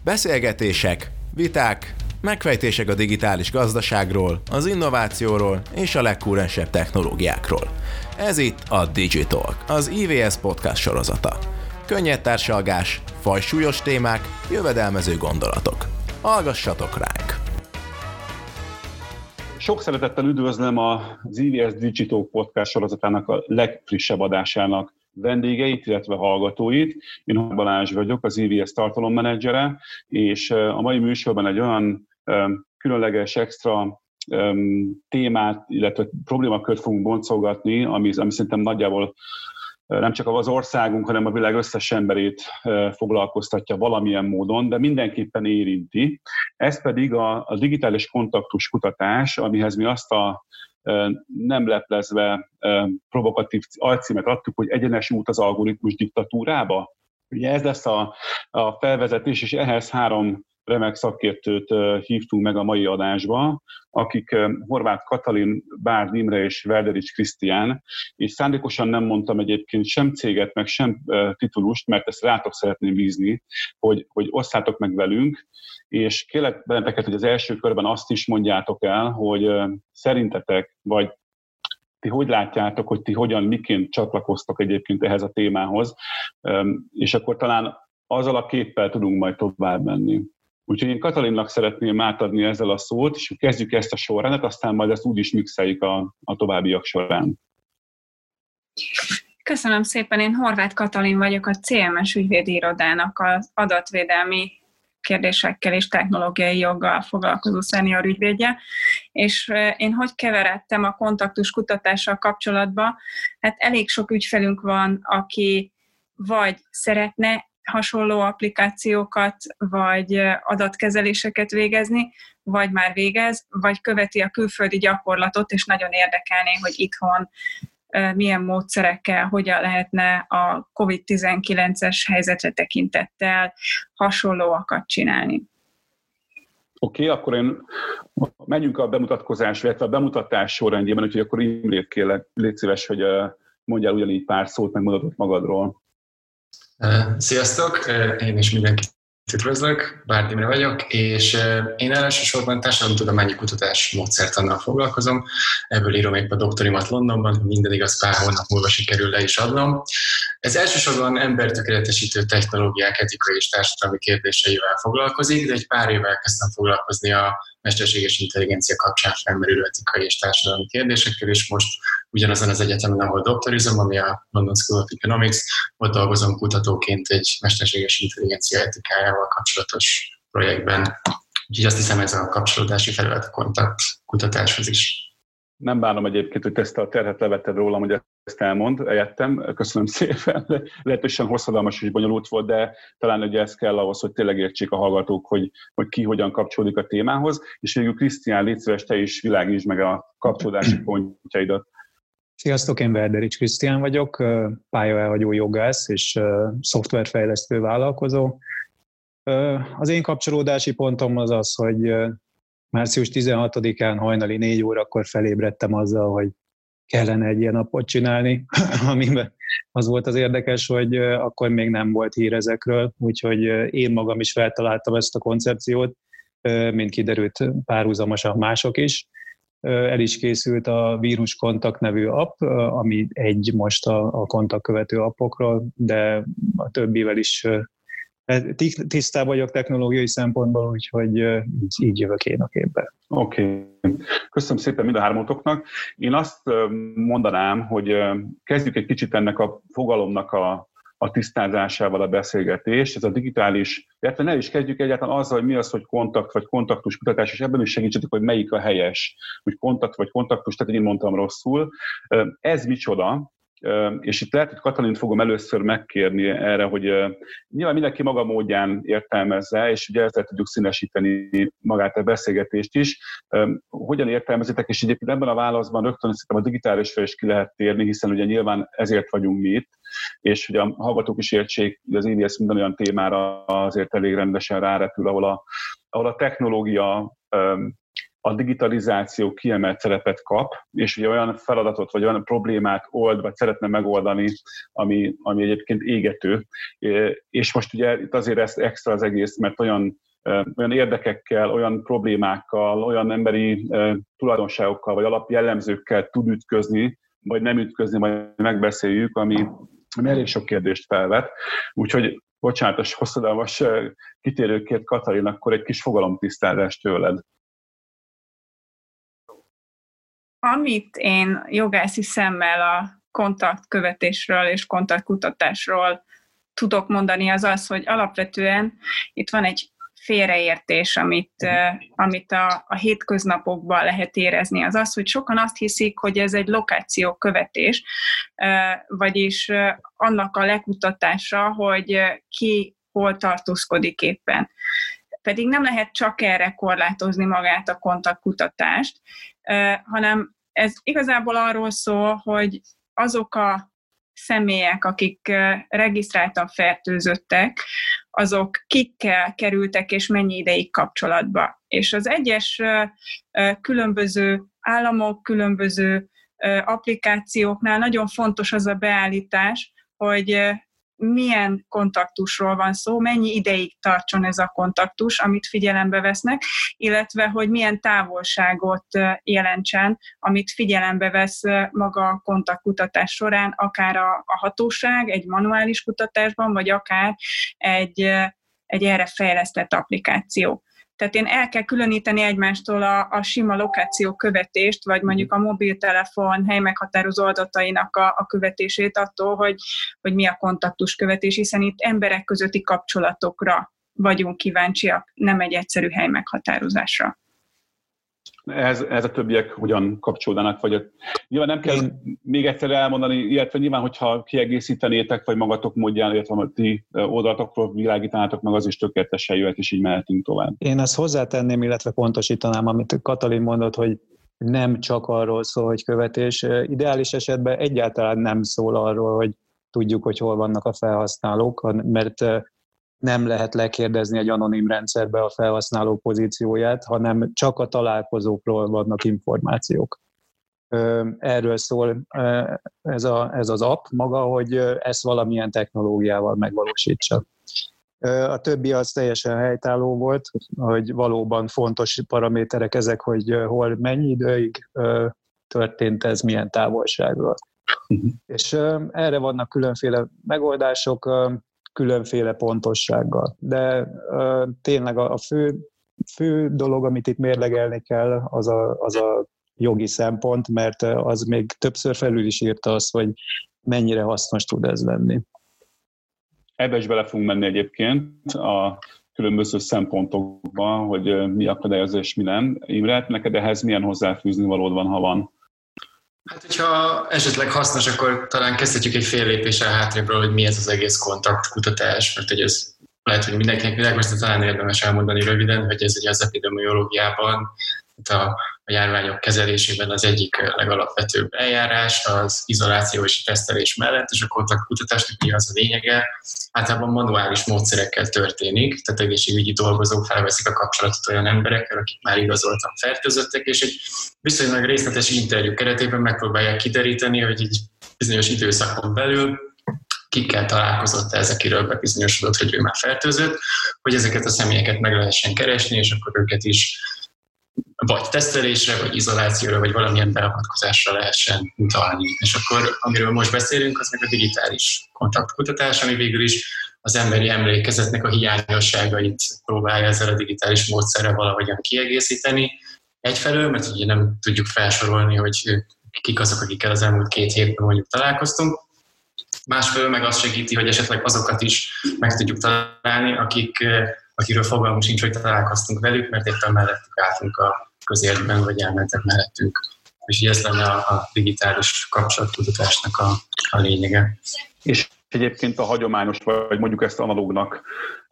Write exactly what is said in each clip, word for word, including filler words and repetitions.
Beszélgetések, viták, megfejtések a digitális gazdaságról, az innovációról és a legkúrensebb technológiákról. Ez itt a Digitalk, az i vé es podcast sorozata. Könnyed társalgás, fajsúlyos témák, jövedelmező gondolatok. Hallgassatok ránk! Sok szeretettel üdvözlöm az i vé es Digitalk podcast sorozatának a legfrissebb adásának vendégeit, illetve hallgatóit. Én Horváth Balázs vagyok, az i vé es tartalommenedzsere, és a mai műsorban egy olyan különleges, extra témát, illetve problémakört fogunk boncolgatni, ami, ami szerintem nagyjából nem csak az országunk, hanem a világ összes emberét foglalkoztatja valamilyen módon, de mindenképpen érinti. Ez pedig a, a digitális kontaktus kutatás, amihez mi azt a nem leplezve provokatív alcímet adtuk, hogy egyenes út az algoritmus diktatúrába. Ugye ez lesz a, a felvezetés, és ehhez három remek szakértőt hívtunk meg a mai adásba, akik Horváth Katalin, Bárd Imre és Verderics Krisztián, és szándékosan nem mondtam egyébként sem céget, meg sem titulust, mert ezt rátok szeretném bízni, hogy, hogy osszátok meg velünk, és kérlek benneteket, hogy az első körben azt is mondjátok el, hogy szerintetek, vagy ti hogy látjátok, hogy ti hogyan, miként csatlakoztok egyébként ehhez a témához, és akkor talán azzal a képpel tudunk majd tovább menni. Úgyhogy én Katalinnak szeretném átadni ezzel a szót, és kezdjük ezt a sorrendet, aztán majd ezt úgy is mixeljük a, a továbbiak során. Köszönöm szépen, én Horváth Katalin vagyok, a cé em es ügyvédi irodának az adatvédelmi kérdésekkel és technológiai joggal foglalkozó szenior ügyvédje, és én hogy keveredtem a kontaktus kutatással kapcsolatba? Hát elég sok ügyfelünk van, aki vagy szeretne hasonló applikációkat, vagy adatkezeléseket végezni, vagy már végez, vagy követi a külföldi gyakorlatot, és nagyon érdekelné, hogy itthon milyen módszerekkel, hogyan lehetne a kovid tizenkilences helyzetre tekintettel hasonlóakat csinálni. Oké, okay, akkor én menjünk a bemutatkozás, illetve a bemutatás sorrendjében, úgyhogy akkor Imrét kérlek, légy szíves, hogy mondjál ugyanígy pár szót, megmondod magadról. Sziasztok! Én is mindenkit üdvözlök, Bárd Imre vagyok, és én elsősorban társadalomtudományi kutatás módszertannal foglalkozom. Ebből írom épp a doktorimat Londonban, minden igaz, pár hónap múlva sikerül le is adnom. Ez elsősorban embertökéletesítő technológiák etikai és társadalmi kérdéseivel foglalkozik, de egy pár éve elkezdtem foglalkozni a mesterséges intelligencia kapcsán felmerülő etikai és társadalmi kérdésekkel, és most ugyanazon az egyetemen, ahol doktorizom, ami a London School of Economics, ott dolgozom kutatóként egy mesterséges intelligencia etikájával kapcsolatos projektben. Úgyhogy azt hiszem, ez a kapcsolódási felület a kontakt kutatáshoz is. Nem bánom egyébként, hogy ezt a terhet levetted rólam, hogy ezt elmond, eljettem. Köszönöm szépen. Lehetősen hosszadalmas és bonyolult volt, de talán ugye ez kell ahhoz, hogy tényleg értsék a hallgatók, hogy, hogy ki hogyan kapcsolódik a témához. És végül Krisztián, légy szíves, te is világítsd meg a kapcsolódási pontjaidat. Sziasztok, én Verderics Krisztián vagyok, pályaelhagyó jogász és szoftverfejlesztő vállalkozó. Az én kapcsolódási pontom az az, hogy március tizenhatodikán hajnali négy órakor felébredtem azzal, hogy kellene egy ilyen appot csinálni, amiben az volt az érdekes, hogy akkor még nem volt hír ezekről, úgyhogy én magam is feltaláltam ezt a koncepciót, mint kiderült párhuzamosan mások is. El is készült a Vírus Kontakt nevű app, ami egy most a, a kontaktkövető appokról, de a többivel is tisztában vagyok technológiai szempontból, úgyhogy így, így jövök én a képbe. Oké. Okay. Köszönöm szépen mind a hármatoknak. Én azt mondanám, hogy kezdjük egy kicsit ennek a fogalomnak a, a tisztázásával a beszélgetést. Ez a digitális, illetve ne is kezdjük egyáltalán azzal, hogy mi az, hogy kontakt vagy kontaktus kutatás, és ebben is segítsetek, hogy melyik a helyes, hogy kontakt vagy kontaktus, tehát én mondtam rosszul. Ez micsoda? És itt lehet, hogy Katalint fogom először megkérni erre, hogy nyilván mindenki maga módján értelmezze, és ugye ezzel tudjuk színesíteni magát a beszélgetést is. Hogyan értelmezitek, és egyébként ebben a válaszban rögtön szerintem a digitális fel is ki lehet térni, hiszen ugye nyilván ezért vagyunk mi itt, és hogy a hallgatók is értsék, hogy az i vé es minden olyan témára azért elég rendesen rárepül, ahol a, ahol a technológia a digitalizáció kiemelt szerepet kap, és ugye olyan feladatot, vagy olyan problémát old, vagy szeretne megoldani, ami, ami egyébként égető. És most ugye itt azért ez extra az egész, mert olyan, olyan érdekekkel, olyan problémákkal, olyan emberi tulajdonságokkal, vagy alapjellemzőkkel tud ütközni, vagy nem ütközni, majd megbeszéljük, ami, ami elég sok kérdést felvet. Úgyhogy bocsánat, a hosszadalmas kitérőkért, Katalin, akkor egy kis fogalomtisztázást tőled. Amit én jogászi szemmel a kontaktkövetésről és kontaktkutatásról tudok mondani, az az, hogy alapvetően itt van egy félreértés, amit, amit a, a hétköznapokban lehet érezni. Az az, hogy sokan azt hiszik, hogy ez egy lokációkövetés, vagyis annak a lekutatása, hogy ki hol tartózkodik éppen. Pedig nem lehet csak erre korlátozni magát a kontaktkutatást, hanem ez igazából arról szól, hogy azok a személyek, akik regisztráltan fertőzöttek, azok kikkel kerültek és mennyi ideig kapcsolatba. És az egyes különböző államok, különböző applikációknál nagyon fontos az a beállítás, hogy milyen kontaktusról van szó, mennyi ideig tartson ez a kontaktus, amit figyelembe vesznek, illetve hogy milyen távolságot jelentsen, amit figyelembe vesz maga a kontaktkutatás során, akár a, a hatóság egy manuális kutatásban, vagy akár egy, egy erre fejlesztett applikáció. Tehát én el kell különíteni egymástól a, a sima lokáció követést, vagy mondjuk a mobiltelefon helymeghatározó adatainak a, a követését attól, hogy, hogy mi a kontaktus követés, hiszen itt emberek közötti kapcsolatokra vagyunk kíváncsiak, nem egy egyszerű helymeghatározásra. Ez, ez a többiek hogyan kapcsolódnak, vagy nyilván nem kell Én... még egyszer elmondani, illetve nyilván, hogyha kiegészítenétek, vagy magatok módján, illetve a ti oldalatokról világítanátok meg, az is tökéletesen jöhet, és így mehetünk tovább. Én ezt hozzátenném, illetve pontosítanám, amit Katalin mondott, hogy nem csak arról szól, hogy követés. Ideális esetben egyáltalán nem szól arról, hogy tudjuk, hogy hol vannak a felhasználók, mert nem lehet lekérdezni egy anonim rendszerbe a felhasználó pozícióját, hanem csak a találkozókról vannak információk. Erről szól ez, a, ez az app maga, hogy ezt valamilyen technológiával megvalósítsa. A többi az teljesen helytálló volt, hogy valóban fontos paraméterek ezek, hogy hol mennyi időig történt ez, milyen távolságról. Uh-huh. És erre vannak különféle megoldások, különféle pontossággal. De uh, tényleg a, a fő, fő dolog, amit itt mérlegelni kell, az a, az a jogi szempont, mert az még többször felül is írta azt, hogy mennyire hasznos tud ez lenni. Ebbe is bele fogunk menni egyébként a különböző szempontokban, hogy mi akadályozó és mi nem. Imre, neked ehhez milyen hozzáfűzni valód van, ha van? Hát, hogyha esetleg hasznos, akkor talán kezdhetjük egy fél lépéssel hátrébről, hogy mi ez az egész kontaktkutatás, mert hogy ez lehet, hogy mindenkinek világos, de talán érdemes elmondani röviden, hogy ez ugye az epidemiológiában, a, a járványok kezelésében az egyik legalapvetőbb eljárás, az izoláció és tesztelés mellett, és a kontaktkutatásnak ugye az a lényege, általában manuális módszerekkel történik, tehát egészségügyi dolgozók felveszik a kapcsolatot olyan emberekkel, akik már igazoltan fertőzöttek, és egy viszonylag részletes interjú keretében megpróbálják kideríteni, hogy egy bizonyos időszakon belül kikkel találkozott ez, akiről bebizonyosodott, hogy ő már fertőzött, hogy ezeket a személyeket meg lehessen keresni, és akkor őket is vagy tesztelésre, vagy izolációra, vagy valamilyen beavatkozásra lehessen utalni. És akkor, amiről most beszélünk, az meg a digitális kontaktkutatás, ami végül is az emberi emlékezetnek a hiányosságait próbálja ezzel a digitális módszerrel valahogyan kiegészíteni. Egyfelől, mert ugye nem tudjuk felsorolni, hogy kik azok, akikkel az elmúlt két hétben mondjuk találkoztunk. Másfelől meg azt segíti, hogy esetleg azokat is meg tudjuk találni, akik, akiről fogalmunk sincs, hogy találkoztunk velük, mert éppen mellettük álltunk a közértben, vagy elmentek mellettünk. És ez lenne a, a digitális kapcsolatkutatásnak a, a lényege. És egyébként a hagyományos, vagy mondjuk ezt analógnak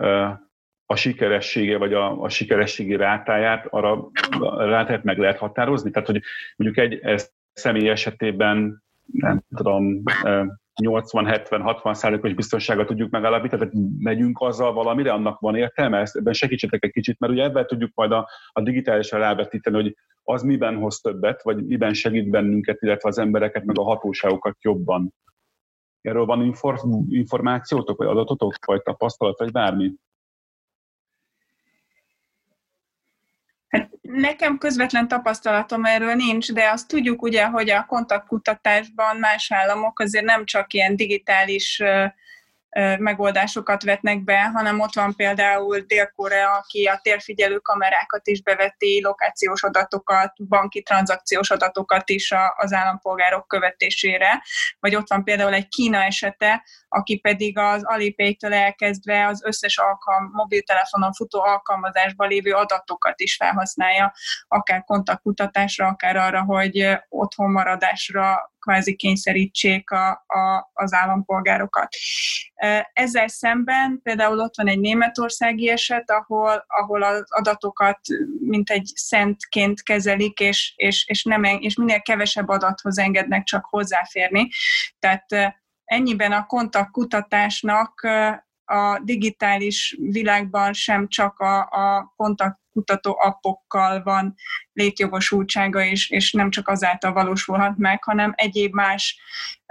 a sikeressége, vagy a, a sikerességi rátáját, arra rátáját meg lehet határozni? Tehát, hogy mondjuk egy személy esetében, nem tudom, nyolcvan-hetven-hatvan százalékos biztonsággal tudjuk megállapítani, tehát megyünk azzal valamire, annak van értelme? Ezt, ebben segítsetek egy kicsit, mert ugye ebben tudjuk majd a, a digitálisra rávetíteni, hogy az miben hoz többet, vagy miben segít bennünket, illetve az embereket, meg a hatóságokat jobban. Erről van infor, információtok, vagy adatotok, vagy tapasztalat, vagy bármi? Hát nekem közvetlen tapasztalatom erről nincs, de azt tudjuk ugye, hogy a kontaktkutatásban más államok azért nem csak ilyen digitális megoldásokat vetnek be, hanem ott van például Dél-Korea, aki a térfigyelő kamerákat is beveti, lokációs adatokat, banki tranzakciós adatokat is az állampolgárok követésére, vagy ott van például egy Kína esete, aki pedig az Alipay-től elkezdve az összes alkalm, mobiltelefonon futó alkalmazásban lévő adatokat is felhasználja, akár kontaktkutatásra, akár arra, hogy otthon maradásra kvázi kényszerítsék a, a, az állampolgárokat. Ezzel szemben például ott van egy németországi eset, ahol, ahol az adatokat mint egy szentként kezelik, és, és, és, nem, és minél kevesebb adathoz engednek csak hozzáférni. Tehát ennyiben a kontaktkutatásnak a digitális világban sem csak a, a kontaktkutató appokkal van létjogosultsága, és, és nem csak azáltal valósulhat meg, hanem egyéb más,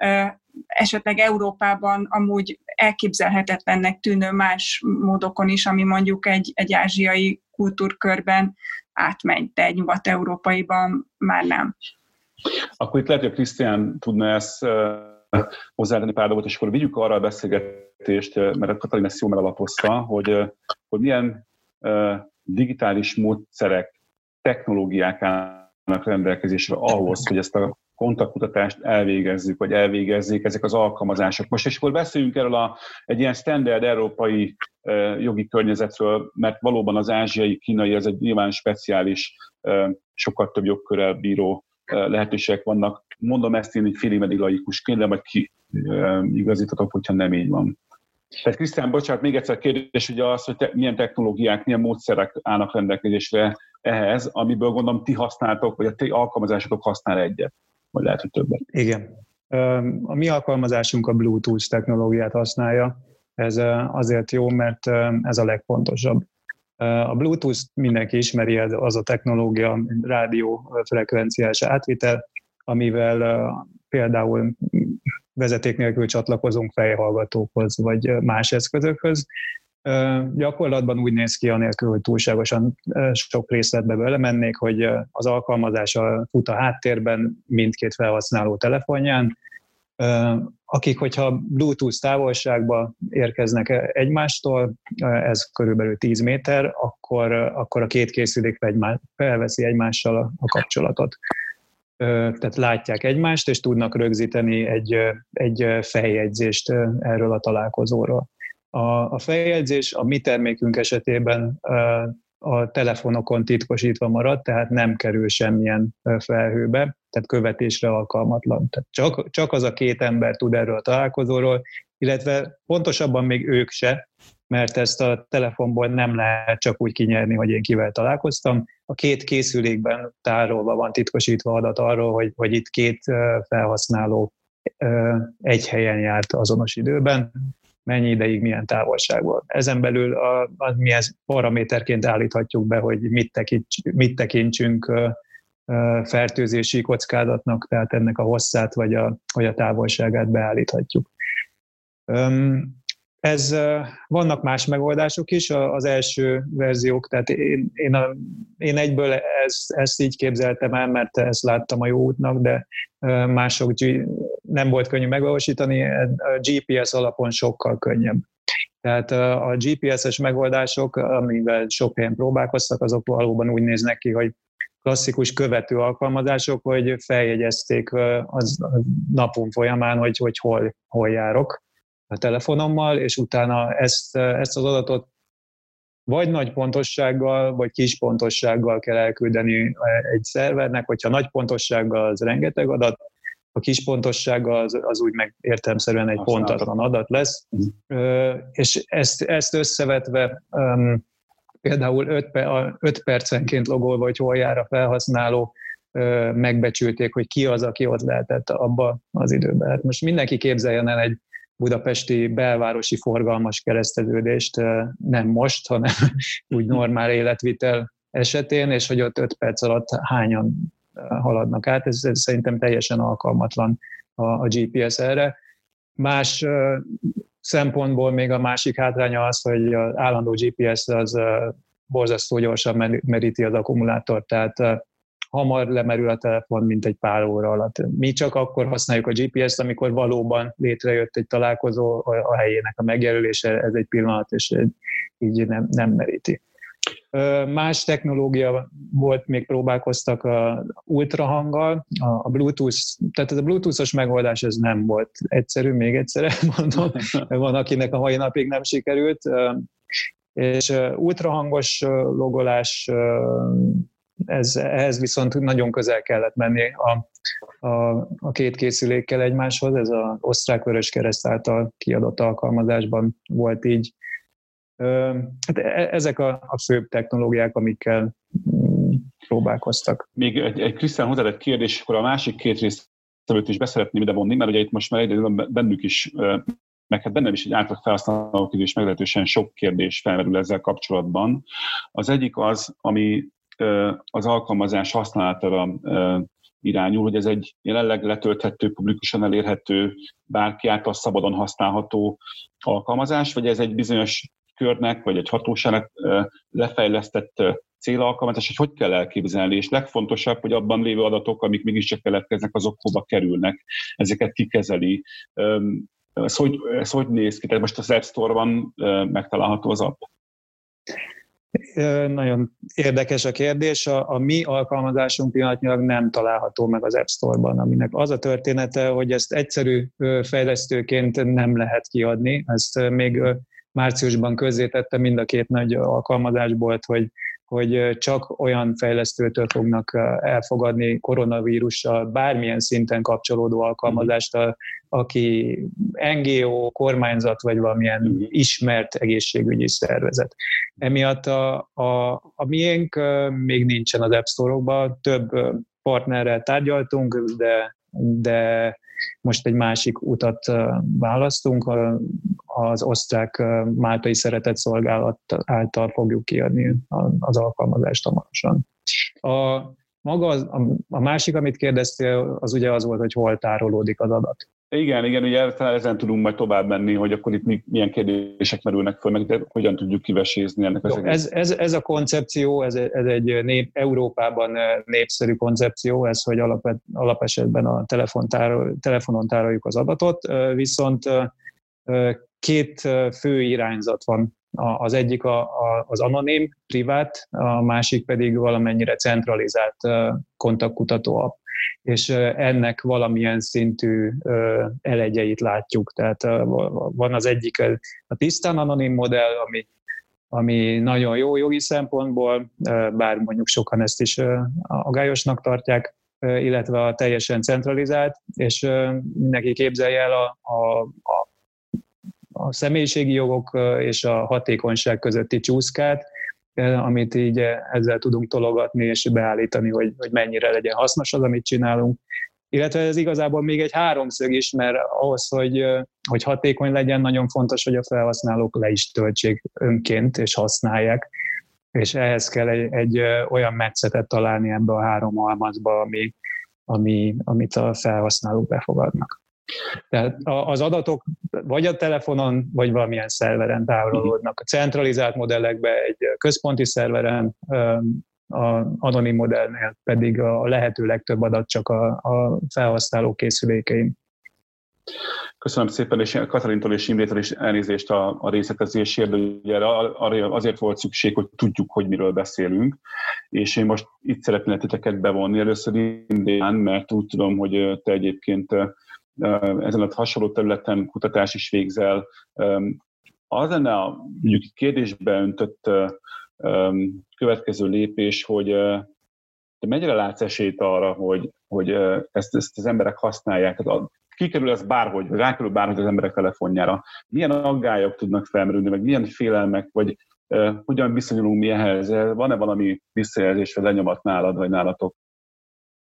esetleg Európában amúgy elképzelhetetlennek tűnő más módokon is, ami mondjuk egy, egy ázsiai kultúrkörben átmegy, de egy nyugat-európaiban már nem. Akkor itt lehet, hogy Krisztián tudna ezt hozzáadni pár dolgot, és akkor vigyük arra a beszélgetést, mert Katalin ezt jól megalapozta, hogy, hogy milyen uh, digitális módszerek, technológiák állnak rendelkezésre ahhoz, hogy ezt a kontaktkutatást elvégezzük, vagy elvégezzék ezek az alkalmazások. Most és akkor beszéljünk erről a, egy ilyen standard európai uh, jogi környezetről, mert valóban az ázsiai, kínai, ez egy nyilván speciális, uh, sokkal több jogkörrel bíró lehetőségek vannak. Mondom ezt én egy félig meddig laikusként, de majd ki igazítatok, hogyha nem így van. Tehát Krisztián, bocsánat, még egyszer kérdés, ugye az, hogy te, milyen technológiák, milyen módszerek állnak rendelkezésre ehhez, amiből gondolom ti használtok, vagy a ti alkalmazásotok használ egyet, vagy lehet, hogy többet. Igen. A mi alkalmazásunk a Bluetooth technológiát használja. Ez azért jó, mert ez a legfontosabb. A Bluetooth mindenki ismeri, az a technológia, rádiófrekvenciás átvitel, amivel például vezeték nélkül csatlakozunk fejhallgatókhoz, vagy más eszközökhöz. Gyakorlatban úgy néz ki, anélkül, hogy túlságosan sok részletbe belemennék, hogy az alkalmazás fut a háttérben mindkét felhasználó telefonján, akik, hogyha Bluetooth távolságba érkeznek egymástól, ez körülbelül tíz méter, akkor, akkor a két készülék felveszi egymással a, a kapcsolatot. Tehát látják egymást, és tudnak rögzíteni egy, egy feljegyzést erről a találkozóról. A, a feljegyzés a mi termékünk esetében a telefonokon titkosítva marad, tehát nem kerül semmilyen felhőbe, tehát követésre alkalmatlan. Tehát csak, csak az a két ember tud erről a találkozóról, illetve pontosabban még ők se, mert ezt a telefonból nem lehet csak úgy kinyerni, hogy én kivel találkoztam. A két készülékben tárolva van titkosítva adat arról, hogy, hogy itt két felhasználó egy helyen járt azonos időben, mennyi ideig, milyen távolságból. Ezen belül a, a, mi ezt paraméterként állíthatjuk be, hogy mit, tekints, mit tekintsünk uh, uh, fertőzési kockázatnak, tehát ennek a hosszát vagy a, vagy a távolságát beállíthatjuk. Um, ez, uh, vannak más megoldások is, az első verziók, tehát én, én, a, én egyből ezt, ezt így képzeltem el, mert ezt láttam a jó útnak, de uh, mások nem volt könnyű megvalósítani, a gé pé es alapon sokkal könnyebb. Tehát a gé pé es-es megoldások, amivel sok helyen próbálkoztak, azok valóban úgy néznek ki, hogy klasszikus követő alkalmazások, hogy feljegyezték az napon folyamán, hogy, hogy hol, hol járok a telefonommal, és utána ezt, ezt az adatot vagy nagy pontossággal, vagy kis pontossággal kell elküldeni egy szervernek, hogyha nagy pontossággal az rengeteg adat, a kis pontossága az, az úgy meg értelemszerűen egy pontatlan adat lesz, uh, és ezt, ezt összevetve um, például öt percenként logolva, hogy hol jár a felhasználó, megbecsülték, hogy ki az, aki ott lehetett abba az időben. Hát most mindenki képzeljen el egy budapesti belvárosi forgalmas kereszteződést, nem most, hanem úgy normál életvitel esetén, és hogy ott öt perc alatt hányan haladnak át. Ez, ez szerintem teljesen alkalmatlan a, a gé pé es erre. Más szempontból még a másik hátránya az, hogy az állandó gé pé es az borzasztó gyorsan meríti az akkumulátort, tehát hamar lemerül a telefon, mint egy pár óra alatt. Mi csak akkor használjuk a gé pé es-t, amikor valóban létrejött egy találkozó, a helyének a megjelölése, ez egy pillanat, és így nem, nem meríti. Más technológia volt, még próbálkoztak a ultrahanggal, a Bluetooth, tehát ez a Bluetooth-os megoldás ez nem volt egyszerű, még egyszer mondom, van akinek a mai napig nem sikerült, és ultrahangos logolás, ez, ehhez viszont nagyon közel kellett menni a, a, a két készülékkel egymáshoz, ez az osztrák Vöröskereszt által kiadott alkalmazásban volt így. Hát ezek a, a főbb technológiák, amikkel próbálkoztak. Még egy, egy Krisztián hozzá egy kérdés, akkor a másik két résztvevőt is beszeretném ide vonni, mert ugye itt most már egyre bennük is, meg hát bennem is egy átlag felhasználók is meglehetősen sok kérdés felmerül ezzel kapcsolatban. Az egyik az, ami az alkalmazás használatára irányul, hogy ez egy jelenleg letölthető, publikusan elérhető, bárki által szabadon használható alkalmazás, vagy ez egy bizonyos körnek, vagy egy hatóságnak lefejlesztett célalkalmazás, hogy hogy kell elképzelni, és legfontosabb, hogy abban lévő adatok, amik mégiscsak keletkeznek, azok hova kerülnek, ezeket kikezeli. Ez hogy, ez hogy néz ki? Tehát most az App Store-ban megtalálható az app? Nagyon érdekes a kérdés. A, a mi alkalmazásunk pillanatnyilag nem található meg az App Store-ban, aminek az a története, hogy ezt egyszerű fejlesztőként nem lehet kiadni. Ezt még márciusban közzétette mind a két nagy alkalmazásból, hogy, hogy csak olyan fejlesztőtől fognak elfogadni koronavírussal bármilyen szinten kapcsolódó alkalmazást, aki en gé o, kormányzat vagy valamilyen ismert egészségügyi szervezet. Emiatt a, a, a miénk még nincsen az App Store-okban, több partnerrel tárgyaltunk, de, de most egy másik utat választunk, az osztrák Máltai Szeretett Szolgálat által fogjuk kiadni az alkalmazást hamarosan. A, maga az, a, a másik, amit kérdeztél, az ugye az volt, hogy hol tárolódik az adat. Igen, igen, ugye ezen tudunk majd tovább menni, hogy akkor itt milyen kérdések merülnek föl, meg de hogyan tudjuk kivesézni ennek az Jó, ez, ez, ez a koncepció, ez, ez egy nép, Európában népszerű koncepció, ez, hogy alap, alapesetben a telefontárol, telefonon tároljuk az adatot, viszont két fő irányzat van. Az egyik a, a, az anonim, privát, a másik pedig valamennyire centralizált kontaktkutató app. És ennek valamilyen szintű elegyeit látjuk. Tehát van az egyik a tisztán anonim modell, ami, ami nagyon jó jogi szempontból, bár mondjuk sokan ezt is aggályosnak tartják, illetve a teljesen centralizált, és mindenki képzelje el a, a, a a személyiségi jogok és a hatékonyság közötti csúszkát, amit így ezzel tudunk tologatni és beállítani, hogy, hogy mennyire legyen hasznos az, amit csinálunk. Illetve ez igazából még egy háromszög is, mert ahhoz, hogy, hogy hatékony legyen, nagyon fontos, hogy a felhasználók le is töltsék önként és használják, és ehhez kell egy, egy olyan metszetet találni ebbe a három halmazba, ami, ami, amit a felhasználók befogadnak. Tehát az adatok vagy a telefonon, vagy valamilyen szerveren tárolódnak. A centralizált modellekben egy központi szerveren, az anonim modellnél pedig a lehető legtöbb adat csak a, a felhasználó készülékein. Köszönöm szépen, és Katalintól és Imrétől is elnézést a, a részletezésért, de ugye azért volt szükség, hogy tudjuk, hogy miről beszélünk, és én most itt szeretném titeket bevonni először Imrén, mert úgy tudom, hogy te egyébként ezen a hasonló területen kutatás is végzel. Az lenne a mondjuk kérdésbe öntött következő lépés, hogy te mennyire látsz esélyt arra, hogy, hogy ezt, ezt az emberek használják? Kikerül ez bárhogy, vagy rákerül bárhogy az emberek telefonjára. Milyen aggályok tudnak felmerülni, meg milyen félelmek, vagy uh, hogyan viszonyulunk mi ehhez? Van-e valami visszajelzés, vagy lenyomat nálad, vagy nálatok?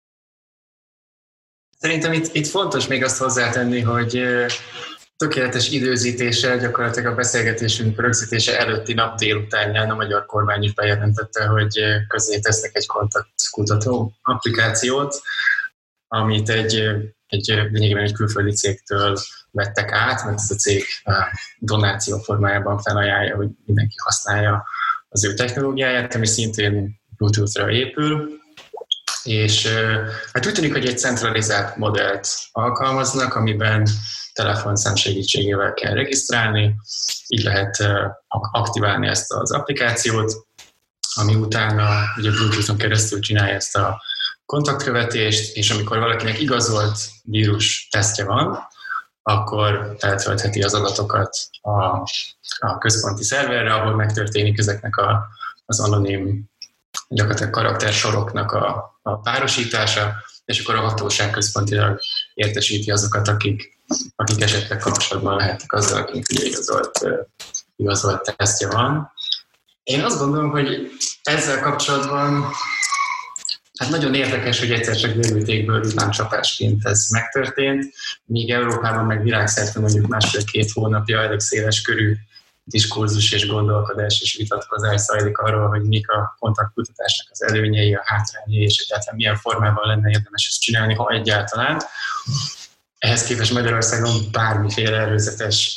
Szerintem itt, itt fontos még azt hozzátenni, hogy tökéletes időzítéssel gyakorlatilag a beszélgetésünk rögzítése előtti nap délutánján a magyar kormány is bejelentette, hogy közzé tesznek egy kontaktkutató applikációt, amit egy, egy lényegében egy külföldi cégtől vettek át, mert ez a cég donáció formájában felajánlja, hogy mindenki használja az ő technológiáját, ami szintén Bluetooth-ra épül, és hát úgy tűnik, hogy egy centralizált modellt alkalmaznak, amiben telefonszám segítségével kell regisztrálni, így lehet aktiválni ezt az applikációt, ami utána ugye Bluetooth-on keresztül csinálja ezt a kontaktkövetést, és amikor valakinek igazolt vírus tesztje van, akkor feltöltheti az adatokat a, a központi szerverre, ahol megtörténik ezeknek a, az anonim gyakorlatilag karaktersoroknak a, a párosítása, és akkor a hatóság központilag értesíti azokat, akik, akik esetleg kapcsolatban lehetnek azzal, akik ugye igazolt, igazolt tesztje van. Én azt gondolom, hogy ezzel kapcsolatban hát nagyon érdekes, hogy egyszer csak délütékből villámcsapásként ez megtörtént, míg Európában meg világszerte mondjuk másfél-két hónapja elég széles körű diskurzus és gondolkodás és vitatkozás zajlik arról, hogy mik a kontaktkutatásnak az előnyei, a hátrányai, és egyáltalán milyen formában lenne érdemes ezt csinálni, ha egyáltalán. Ehhez képest Magyarországon bármiféle előzetes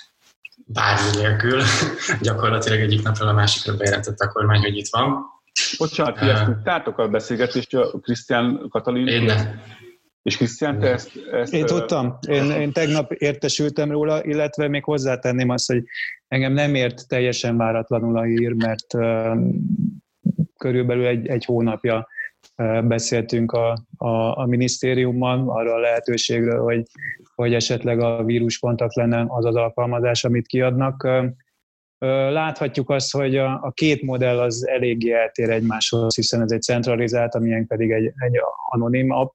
bármi nélkül gyakorlatilag egyik napról a másikra bejelentette a kormány, hogy itt van. Bocsánat, hogy ezt tudtátok a beszélgetést a Krisztián Katalin? Én nem. És Krisztián, te ezt... ezt én tudtam, én, én tegnap értesültem róla, illetve még hozzátenném azt, hogy engem nem ért teljesen váratlanul a hír, mert uh, körülbelül egy, egy hónapja uh, beszéltünk a, a, a minisztériumban arra a lehetőségről, hogy, hogy esetleg a víruskontakt lenne az az alkalmazás, amit kiadnak. Uh, Láthatjuk azt, hogy a, a két modell az eléggé eltér egymáshoz, hiszen ez egy centralizált, amilyen pedig egy, egy anonim app.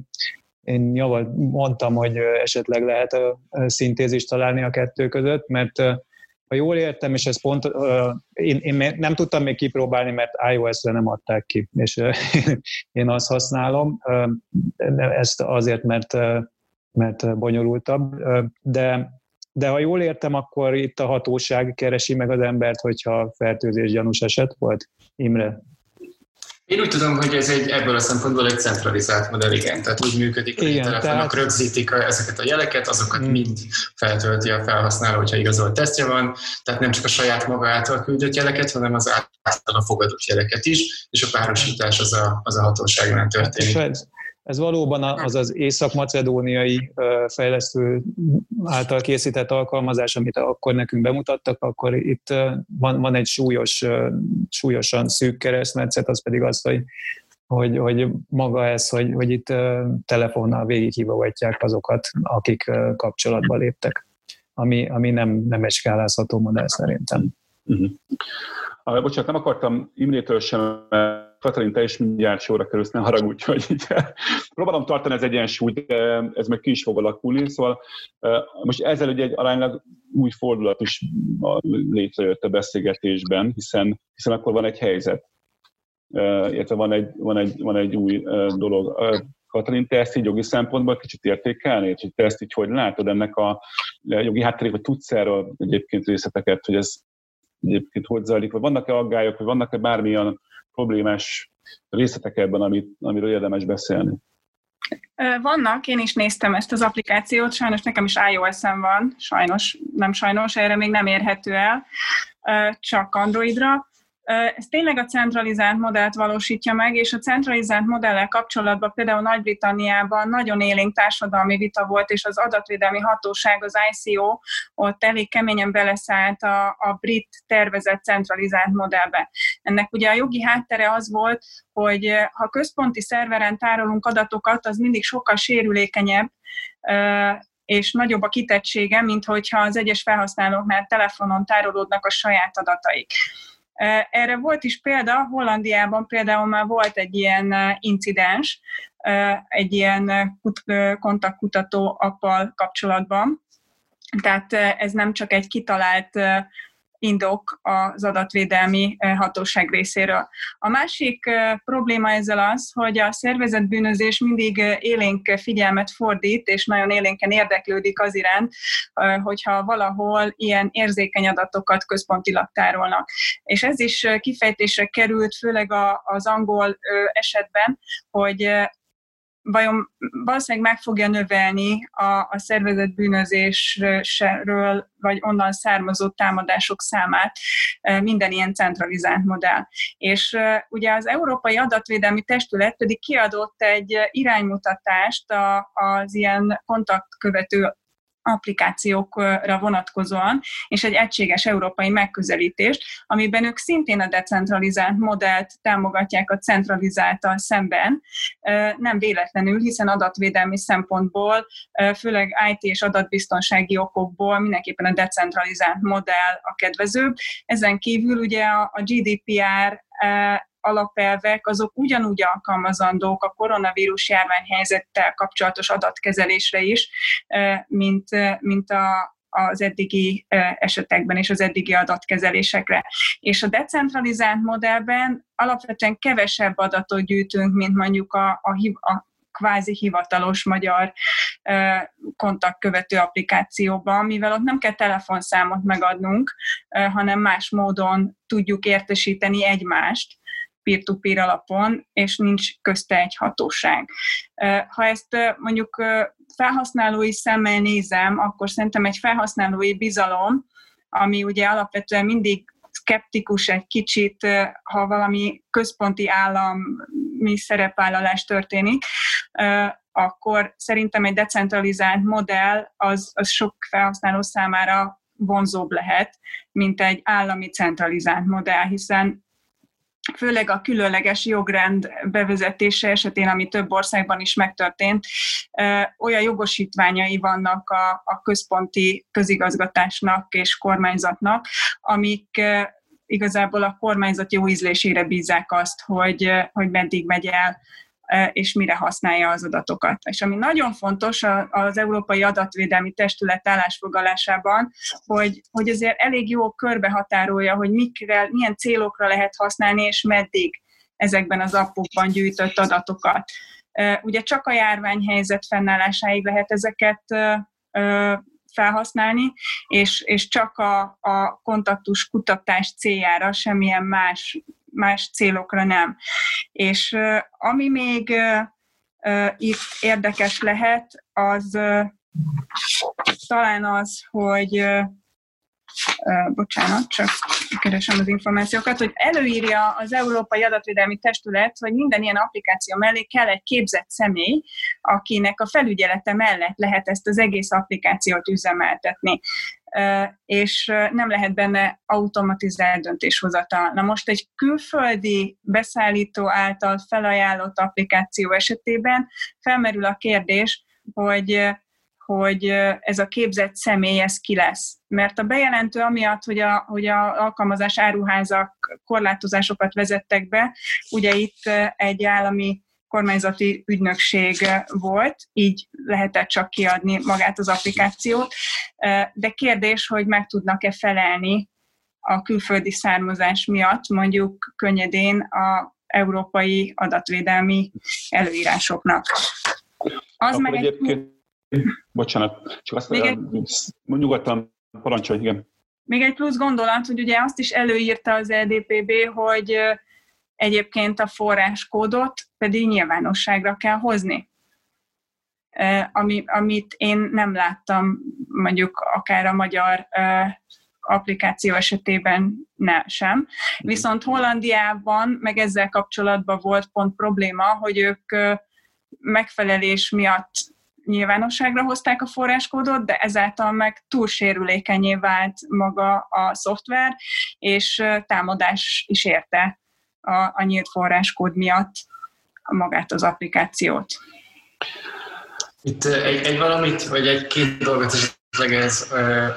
Én javalt, mondtam, hogy esetleg lehet a szintézist találni a kettő között, mert ha jól értem, és ez pont, én, én nem tudtam még kipróbálni, mert iOS-re nem adták ki, és én azt használom, ezt azért, mert, mert bonyolultabb, de De ha jól értem, akkor itt a hatóság keresi meg az embert, hogyha fertőzés gyanús eset volt. Imre? Én úgy tudom, hogy ez egy, ebből a szempontból egy centralizált modell, igen. Tehát úgy működik, hogy igen, a telefonok tehát... rögzítik ezeket a jeleket, azokat hmm. mind feltölti a felhasználó, hogyha igazolt tesztje van. Tehát nem csak a saját maga által küldött jeleket, hanem az által a fogadott jeleket is, és a párosítás az a, az a hatóságnál történik. Ez, ez valóban az az észak-macedóniai fejlesztő által készített alkalmazás, amit akkor nekünk bemutattak, akkor itt van, van egy súlyos, súlyosan szűk keresztmetszet, az pedig az, hogy, hogy, hogy maga ez, hogy, hogy itt telefonnal végighívogatják azokat, akik kapcsolatba léptek, ami, ami nem, nem egy skálázható modell szerintem. Uh-huh. Ah, bocsánat, nem akartam Imrétől sem, Katalin, te is mindjárt sorra kerülsz, ne haragudj, hogy így próbálom tartani az egyensúlyt, de ez meg ki is fog alakulni. Szóval most ezzel ugye egy aránylag új fordulat is létrejött a beszélgetésben, hiszen, hiszen akkor van egy helyzet, illetve van egy, van egy, van egy új dolog. Katalin, te ezt így jogi szempontból kicsit értékelnéd, hogy te ezt így hogy látod ennek a jogi hátterét, vagy tudsz erről egyébként részleteket, hogy ez egyébként hogy zajlik, vagy vannak-e aggályok, vagy vannak-e bármilyen problémás részletek ebben, amit, amiről érdemes beszélni? Vannak, én is néztem ezt az applikációt, sajnos nekem is iOS-en van, sajnos, nem sajnos, erre még nem érhető el, csak Androidra. Ez tényleg a centralizált modellt valósítja meg, és a centralizált modellel kapcsolatban például Nagy-Britanniában nagyon élénk társadalmi vita volt, és az adatvédelmi hatóság, az I C O ott elég keményen beleszállt a, a brit tervezett centralizált modellbe. Ennek ugye a jogi háttere az volt, hogy ha központi szerveren tárolunk adatokat, az mindig sokkal sérülékenyebb, és nagyobb a kitettsége, mint hogyha az egyes felhasználóknál telefonon tárolódnak a saját adataik. Erre volt is példa, Hollandiában például már volt egy ilyen incidens, egy ilyen kontaktkutató appal kapcsolatban. Tehát ez nem csak egy kitalált indok az adatvédelmi hatóság részéről. A másik probléma ezzel az, hogy a szervezett bűnözés mindig élénk figyelmet fordít, és nagyon élénken érdeklődik az iránt, hogyha valahol ilyen érzékeny adatokat központilag tárolnak. És ez is kifejtésre került, főleg az angol esetben, hogy vajon valószínűleg meg fogja növelni a, a szervezett bűnözésről, vagy onnan származó támadások számát minden ilyen centralizált modell. És ugye az Európai Adatvédelmi Testület pedig kiadott egy iránymutatást az ilyen kontaktkövető applikációkra vonatkozóan, és egy egységes európai megközelítést, amiben ők szintén a decentralizált modellt támogatják a centralizálttal szemben. Nem véletlenül, hiszen adatvédelmi szempontból, főleg í té és adatbiztonsági okokból mindenképpen a decentralizált modell a kedvezőbb. Ezen kívül ugye a gé dé pé er alapelvek, azok ugyanúgy alkalmazandók a koronavírus járványhelyzettel kapcsolatos adatkezelésre is, mint, mint a, az eddigi esetekben és az eddigi adatkezelésekre. És a decentralizált modellben alapvetően kevesebb adatot gyűjtünk, mint mondjuk a, a, a kvázi hivatalos magyar kontaktkövető applikációban, mivel ott nem kell telefonszámot megadnunk, hanem más módon tudjuk értesíteni egymást, peer-to-peer alapon, és nincs közte egy hatóság. Ha ezt mondjuk felhasználói szemmel nézem, akkor szerintem egy felhasználói bizalom, ami ugye alapvetően mindig szkeptikus egy kicsit, ha valami központi állami szerepvállalás történik, akkor szerintem egy decentralizált modell az, az sok felhasználó számára vonzóbb lehet, mint egy állami centralizált modell, hiszen főleg a különleges jogrend bevezetése esetén, ami több országban is megtörtént, olyan jogosítványai vannak a, a központi közigazgatásnak és kormányzatnak, amik igazából a kormányzat jó ízlésére bízzák azt, hogy, hogy meddig megy el, és mire használja az adatokat. És ami nagyon fontos az Európai Adatvédelmi Testület állásfoglalásában, hogy, hogy azért elég jó körbehatárolja, hogy mikre, milyen célokra lehet használni, és meddig ezekben az appokban gyűjtött adatokat. Ugye csak a járványhelyzet fennállásáig lehet ezeket felhasználni, és, és csak a, a kontaktus kutatás céljára, semmilyen más más célokra nem. És uh, ami még uh, uh, itt érdekes lehet, az uh, talán az, hogy uh, uh, bocsánat, csak keresem az információkat, hogy előírja az Európai Adatvédelmi Testület, hogy minden ilyen applikáció mellé kell egy képzett személy, akinek a felügyelete mellett lehet ezt az egész applikációt üzemeltetni. És nem lehet benne automatizált döntéshozatal. Na most egy külföldi beszállító által felajánlott applikáció esetében felmerül a kérdés, hogy, hogy ez a képzett személy, ez ki lesz. Mert a bejelentő amiatt, hogy a, hogy a alkalmazás áruházak korlátozásokat vezettek be, ugye itt egy állami kormányzati ügynökség volt, így lehetett csak kiadni magát az applikációt, de kérdés, hogy meg tudnak-e felelni a külföldi származás miatt, mondjuk könnyedén a európai adatvédelmi előírásoknak. Az meg egy... Bocsánat, csak azt egy... nyugodtan parancsolj, igen. Még egy plusz gondolat, hogy ugye azt is előírta az E D P B, hogy egyébként a forráskódot pedig nyilvánosságra kell hozni. Ami, amit én nem láttam mondjuk akár a magyar applikáció esetében ne, sem. Viszont Hollandiában meg ezzel kapcsolatban volt pont probléma, hogy ők megfelelés miatt nyilvánosságra hozták a forráskódot, de ezáltal meg túl sérülékenyé vált maga a szoftver, és támadás is érte a, a nyílt forráskód miatt magát az applikációt. Itt egy, egy valamit, vagy egy-két dolgot esetleg ez,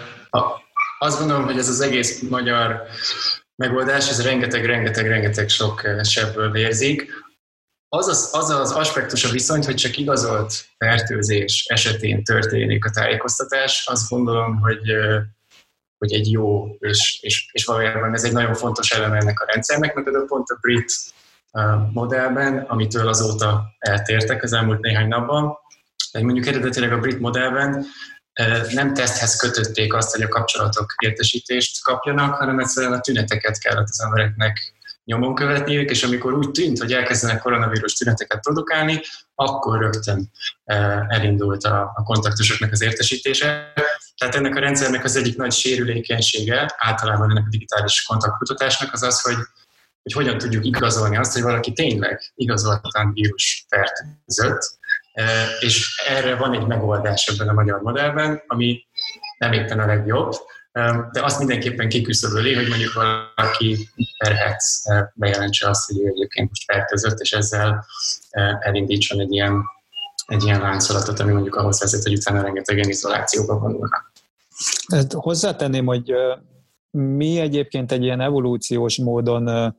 azt gondolom, hogy ez az egész magyar megoldás, ez rengeteg-rengeteg-rengeteg sok sebből vérzik. Az az, az az aspektus a viszont, hogy csak igazolt fertőzés esetén történik a tájékoztatás, azt gondolom, hogy hogy egy jó, és, és, és valójában ez egy nagyon fontos eleme ennek a rendszernek, mert például pont a brit modellben, amitől azóta eltértek az elmúlt néhány napban, de mondjuk eredetileg a brit modellben nem teszthez kötötték azt, hogy a kapcsolatok értesítést kapjanak, hanem egyszerűen a tüneteket kellett az embereknek nyomon követniük, és amikor úgy tűnt, hogy elkezdenek koronavírus tüneteket produkálni, akkor rögtön elindult a kontaktusoknak az értesítése. Tehát ennek a rendszernek az egyik nagy sérülékenysége, általában ennek a digitális kontaktkutatásnak az az, hogy, hogy hogyan tudjuk igazolni azt, hogy valaki tényleg igazoltan vírus fertőzött, és erre van egy megoldás ebben a magyar modellben, ami nem éppen a legjobb, de azt mindenképpen kiküszöböli, hogy mondjuk valaki perhet bejelentse azt, hogy ő egyébként most fertőzött, és ezzel elindítson egy ilyen, egy ilyen láncolatot, ami mondjuk ahhoz vezet, hogy utána rengetegen izolációba vonulnak. Ezt hozzátenném, hogy mi egyébként egy ilyen evolúciós módon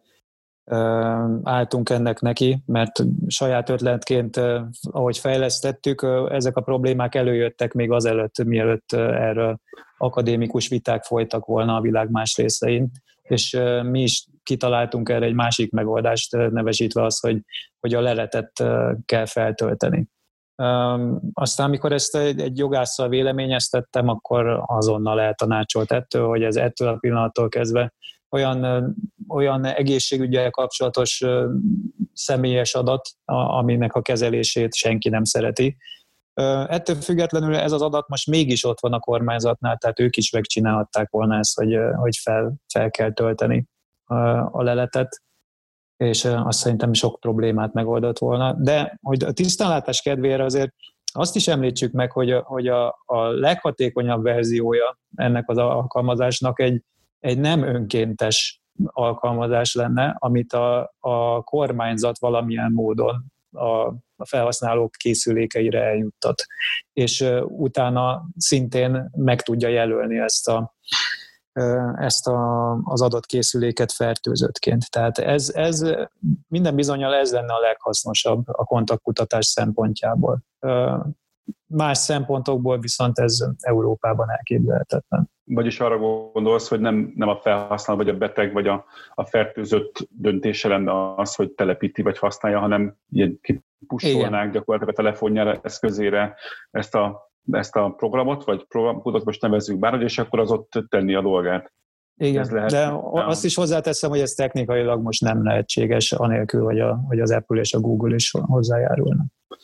álltunk ennek neki, mert saját ötletként, ahogy fejlesztettük, ezek a problémák előjöttek még azelőtt, mielőtt erről akadémikus viták folytak volna a világ más részein, és mi is kitaláltunk erre egy másik megoldást, nevesítve azt, hogy, hogy a leletet kell feltölteni. Aztán, amikor ezt egy, egy jogásszal véleményeztettem, akkor azonnal eltanácsolt ettől, hogy ez ettől a pillanattól kezdve olyan, olyan egészségügyel kapcsolatos személyes adat, aminek a kezelését senki nem szereti. Ettől függetlenül ez az adat most mégis ott van a kormányzatnál, tehát ők is megcsinálhatták volna ezt, hogy, hogy fel, fel kell tölteni a leletet, és azt szerintem sok problémát megoldott volna. De hogy a tisztánlátás kedvére azért azt is említsük meg, hogy a, hogy a, a leghatékonyabb verziója ennek az alkalmazásnak egy, egy nem önkéntes alkalmazás lenne, amit a, a kormányzat valamilyen módon a, a felhasználók készülékeire eljuttat. És uh, utána szintén meg tudja jelölni ezt, a, uh, ezt a, az adott készüléket fertőzöttként. Tehát ez, ez minden bizonnyal ez lenne a leghasznosabb a kontaktkutatás szempontjából. Uh, Más szempontokból viszont ez Európában elképzelhetetlen. Vagyis arra gondolsz, hogy nem, nem a felhasználó, vagy a beteg, vagy a, a fertőzött döntése lenne az, hogy telepíti, vagy használja, hanem ilyen kipusolnák gyakorlatilag a telefonjára, eszközére ezt a, ezt a programot, vagy programot most nevezzük bárhogy, és akkor az ott tenni a dolgát. Igen, lehet, de nem. Azt is hozzáteszem, hogy ez technikailag most nem lehetséges, anélkül, hogy, a, hogy az Apple és a Google is hozzájárulna.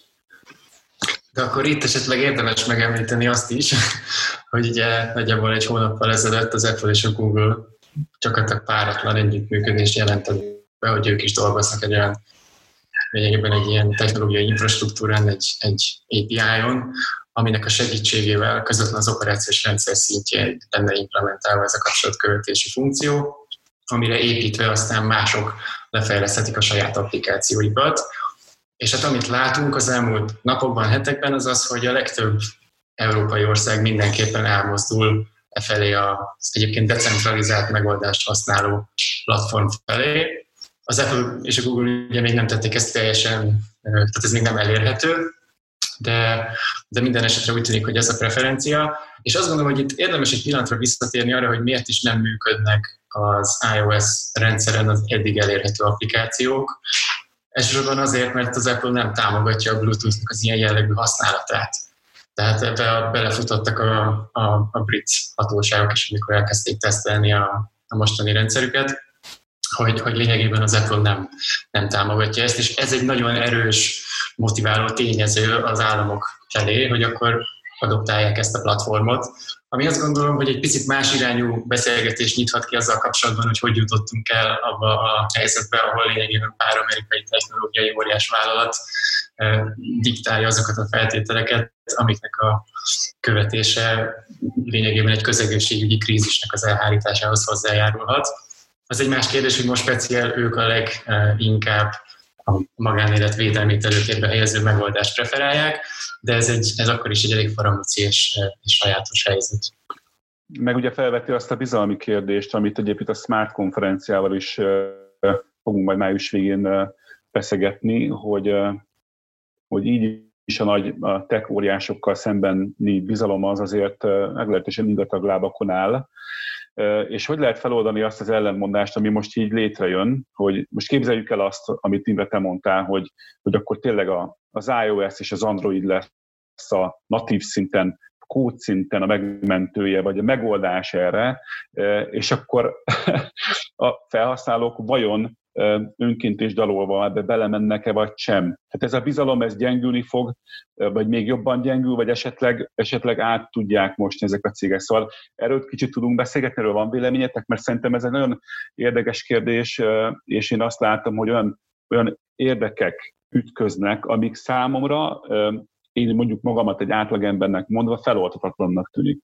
De akkor itt esetleg érdemes megemlíteni azt is, hogy ugye nagyjából egy hónappal ezelőtt az Apple és a Google gyakorlatilag páratlan együttműködést jelentett be, hogy ők is dolgoznak egy olyan, lényegében egy ilyen technológiai infrastruktúrán, egy, egy á pé í-on, aminek a segítségével közvetlen az operációs rendszer szintjén lenne implementálva ez a kapcsolatkövetési funkció, amire építve aztán mások lefejleszthetik a saját applikációikat. És hát amit látunk az elmúlt napokban, hetekben, az az, hogy a legtöbb európai ország mindenképpen elmozdul e felé az egyébként decentralizált megoldást használó platform felé. Az Apple és a Google ugye még nem tették ezt teljesen, tehát ez még nem elérhető, de, de minden esetre úgy tűnik, hogy ez a preferencia. És azt gondolom, hogy itt érdemes egy pillanatra visszatérni arra, hogy miért is nem működnek az iOS rendszeren az eddig elérhető applikációk. Elsősorban azért, mert az Apple nem támogatja a Bluetooth-nak az ilyen jellegű használatát. Tehát ebbe belefutottak a, a, a brit hatóságok is, amikor elkezdték tesztelni a, a mostani rendszerüket, hogy, hogy lényegében az Apple nem, nem támogatja ezt, és ez egy nagyon erős, motiváló tényező az államok felé, hogy akkor adoptálják ezt a platformot, ami azt gondolom, hogy egy picit más irányú beszélgetést nyithat ki azzal kapcsolatban, hogy hogy jutottunk el abba a helyzetbe, ahol lényegében pár amerikai technológiai óriásvállalat diktálja azokat a feltételeket, amiknek a követése lényegében egy közegészségügyi krízisnek az elhárításához hozzájárulhat. Az egy más kérdés, hogy most speciál ők a leginkább a magánélet védelmét előtérbe helyező megoldást preferálják, de ez, egy, ez akkor is egy elég faramúci és, és sajátos helyzet. Meg ugye felveti azt a bizalmi kérdést, amit egyébként a Smart konferenciával is fogunk majd május végén feszegetni, hogy, hogy így is a nagy a tech óriásokkal szembeni bizalom az azért meglehetősen ingatag lábakon áll. És hogy lehet feloldani azt az ellentmondást, ami most így létrejön, hogy most képzeljük el azt, amit Imre te mondtál, hogy, hogy akkor tényleg a, az iOS és az Android lesz a natív szinten, kód szinten a megmentője, vagy a megoldás erre, és akkor a felhasználók vajon önként és dalolva ebbe belemennek-e, vagy sem. Tehát ez a bizalom, ez gyengülni fog, vagy még jobban gyengül, vagy esetleg, esetleg át tudják most ezek a cégek. Szóval erről kicsit tudunk beszélgetni, erről van véleményetek, mert szerintem ez egy nagyon érdekes kérdés, és én azt látom, hogy olyan, olyan érdekek ütköznek, amik számomra, én mondjuk magamat egy átlagembernek mondva, feloldhatatlannak tűnik.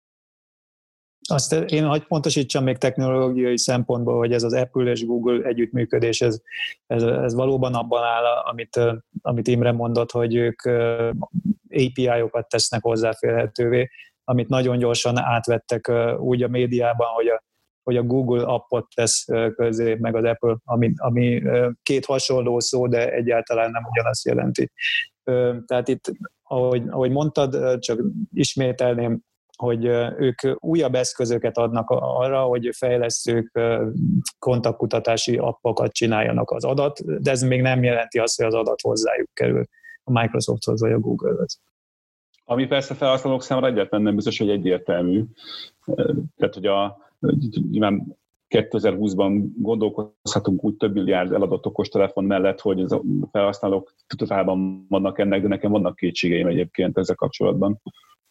Azt én hagy pontosítsam még technológiai szempontból, hogy ez az Apple és Google együttműködés, ez, ez, ez valóban abban áll, amit, amit Imre mondott, hogy ők á pé i-okat tesznek hozzáférhetővé, amit nagyon gyorsan átvettek úgy a médiában, hogy a, hogy a Google appot tesz közé, meg az Apple, ami, ami két hasonló szó, de egyáltalán nem ugyanazt jelenti. Tehát itt, ahogy, ahogy mondtad, csak ismételném, hogy ők újabb eszközöket adnak arra, hogy fejlesztők kontaktkutatási appokat csináljanak az adat, de ez még nem jelenti azt, hogy az adat hozzájuk kerül a Microsofthoz vagy a Google-hoz. Ami persze felhasználók számára egyáltalán nem biztos, hogy egyértelmű. Tehát, hogy a, nyilván kétezer-húszban gondolkozhatunk úgy több milliárd eladott okostelefon mellett, hogy a felhasználók tudatában vannak ennek, de nekem vannak kétségeim egyébként ezzel kapcsolatban.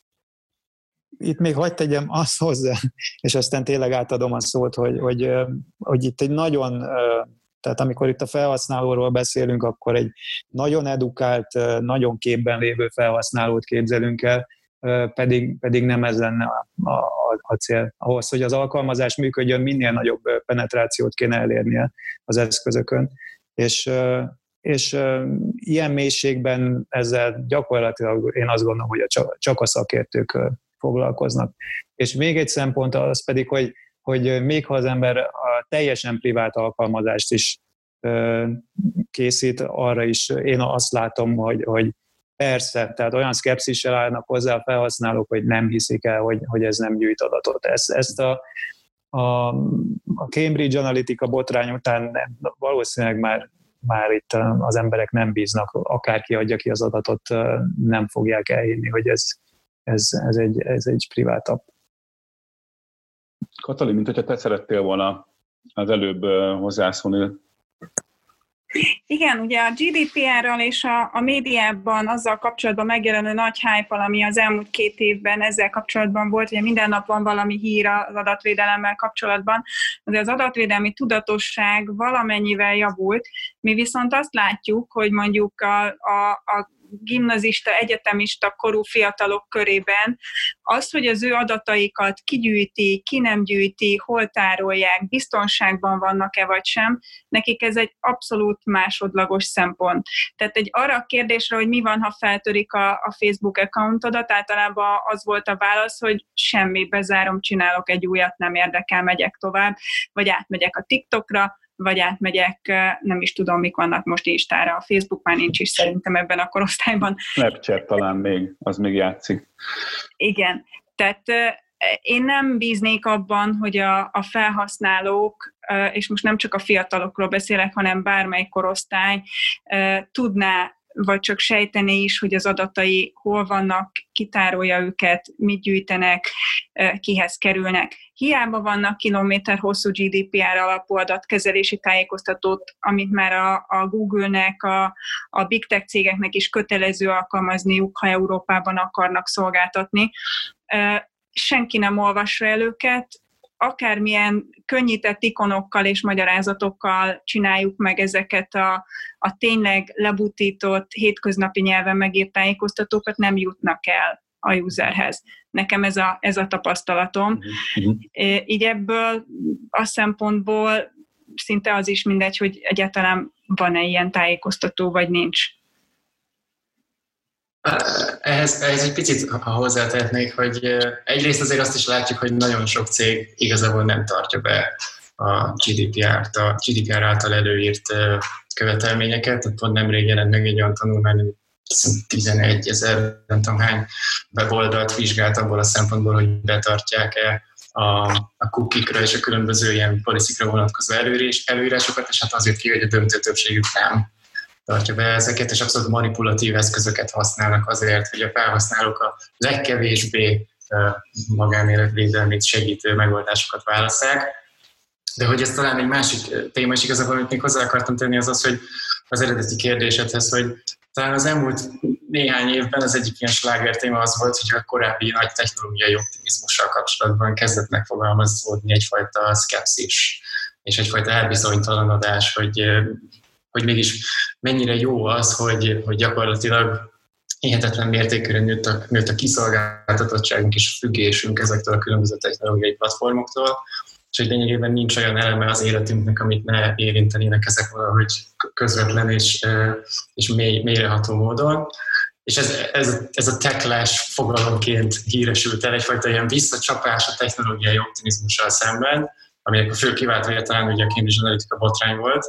Itt még hagyd tegyem azt hozzá, és aztán tényleg átadom a szót, hogy, hogy, hogy itt egy nagyon, tehát amikor itt a felhasználóról beszélünk, akkor egy nagyon edukált, nagyon képben lévő felhasználót képzelünk el, pedig, pedig nem ez lenne a, a, a cél. Ahhoz, hogy az alkalmazás működjön, minél nagyobb penetrációt kéne elérnie az eszközökön. És, és ilyen mélységben ezzel gyakorlatilag én azt gondolom, hogy csak a szakértők foglalkoznak. És még egy szempont az pedig, hogy, hogy még ha az ember a teljesen privát alkalmazást is készít, arra is én azt látom, hogy, hogy persze, tehát olyan szkepszissel állnak hozzá a felhasználók, hogy nem hiszik el, hogy, hogy ez nem gyűjt adatot. Ezt, ezt a, a, a Cambridge Analytica botrány után valószínűleg már, már itt az emberek nem bíznak, akárki adja ki az adatot, nem fogják elhinni, hogy ez Ez, ez, egy, ez egy privát app. Katalin, mint hogyha te szerettél volna az előbb hozzászólni. Igen, ugye a gé dé pé er-ral és a, a médiában azzal kapcsolatban megjelenő nagy hype, ami az elmúlt két évben ezzel kapcsolatban volt, ugye minden nap van valami hír az adatvédelemmel kapcsolatban, de az adatvédelmi tudatosság valamennyivel javult, mi viszont azt látjuk, hogy mondjuk a, a, a gimnazista, egyetemista korú fiatalok körében az, hogy az ő adataikat kigyűjti, ki nem gyűjti, hol tárolják, biztonságban vannak-e vagy sem, nekik ez egy abszolút másodlagos szempont. Tehát egy arra a kérdésre, hogy mi van, ha feltörik a, a Facebook accountodat, általában az volt a válasz, hogy semmi, bezárom, csinálok egy újat, nem érdekel, megyek tovább, vagy átmegyek a TikTokra, vagy átmegyek, nem is tudom, mik vannak most Instára. A Facebook már nincs is szerintem ebben a korosztályban. Snapchat talán még, az még játszik. Igen, tehát én nem bíznék abban, hogy a, a felhasználók, és most nem csak a fiatalokról beszélek, hanem bármely korosztály tudná, vagy csak sejteni is, hogy az adatai hol vannak, kitárolja őket, mit gyűjtenek, kihez kerülnek. Hiába vannak kilométer hosszú gé dé pé er alapú adatkezelési tájékoztatót, amit már a, a Google-nek, a, a Big Tech cégeknek is kötelező alkalmazniuk, ha Európában akarnak szolgáltatni. Senki nem olvassa el őket, akármilyen könnyített ikonokkal és magyarázatokkal csináljuk meg ezeket a, a tényleg lebutított, hétköznapi nyelven megírt tájékoztatókat, nem jutnak el a userhez. Nekem ez a, ez a tapasztalatom. Mm-hmm. Így ebből a szempontból szinte az is mindegy, hogy egyáltalán van-e ilyen tájékoztató, vagy nincs. Ehhez, ehhez egy picit, ha hozzátehetnék, hogy egyrészt azért azt is látjuk, hogy nagyon sok cég igazából nem tartja be a gé dé pé er-t, a gé dé pé er által előírt követelményeket. Pont nemrég jelent meg egy olyan tanulmány, tizenegy ezer, nem tudom hány weboldalt vizsgált abból a szempontból, hogy betartják-e a, a cookie-kra és a különböző ilyen policy-kra vonatkozó előírás, előírásokat, és hát azért ki, hogy a döntő többségük nem tartja be ezeket, és abszolút manipulatív eszközöket használnak azért, hogy a felhasználók a legkevésbé magánéletvédelmét segítő megoldásokat válasszák. De hogy ez talán egy másik téma, és igazából, amit még hozzá akartam tenni, az az, hogy az eredeti kérdésedhez, hogy talán az elmúlt néhány évben az egyik ilyen sláger téma az volt, hogy a korábbi nagy technológiai optimizmussal kapcsolatban kezdett megfogalmazódni egyfajta szkepszis, és egyfajta elbizonytalanodás, hogy, hogy mégis mennyire jó az, hogy, hogy gyakorlatilag hihetetlen mértékűen nőtt a, nőtt a kiszolgáltatottságunk és a függésünk ezektől a különböző technológiai platformoktól, és hogy lényegében nincs olyan eleme az életünknek, amit ne érintenének ezek valahogy közvetlen és, és mély, mélyreható módon. És ez, ez, ez a techlash fogalomként híresült el, egyfajta ilyen visszacsapás a technológiai optimizmussal szemben, aminek a fő kiváltója talán ugye a Cambridge Analytica botrány volt.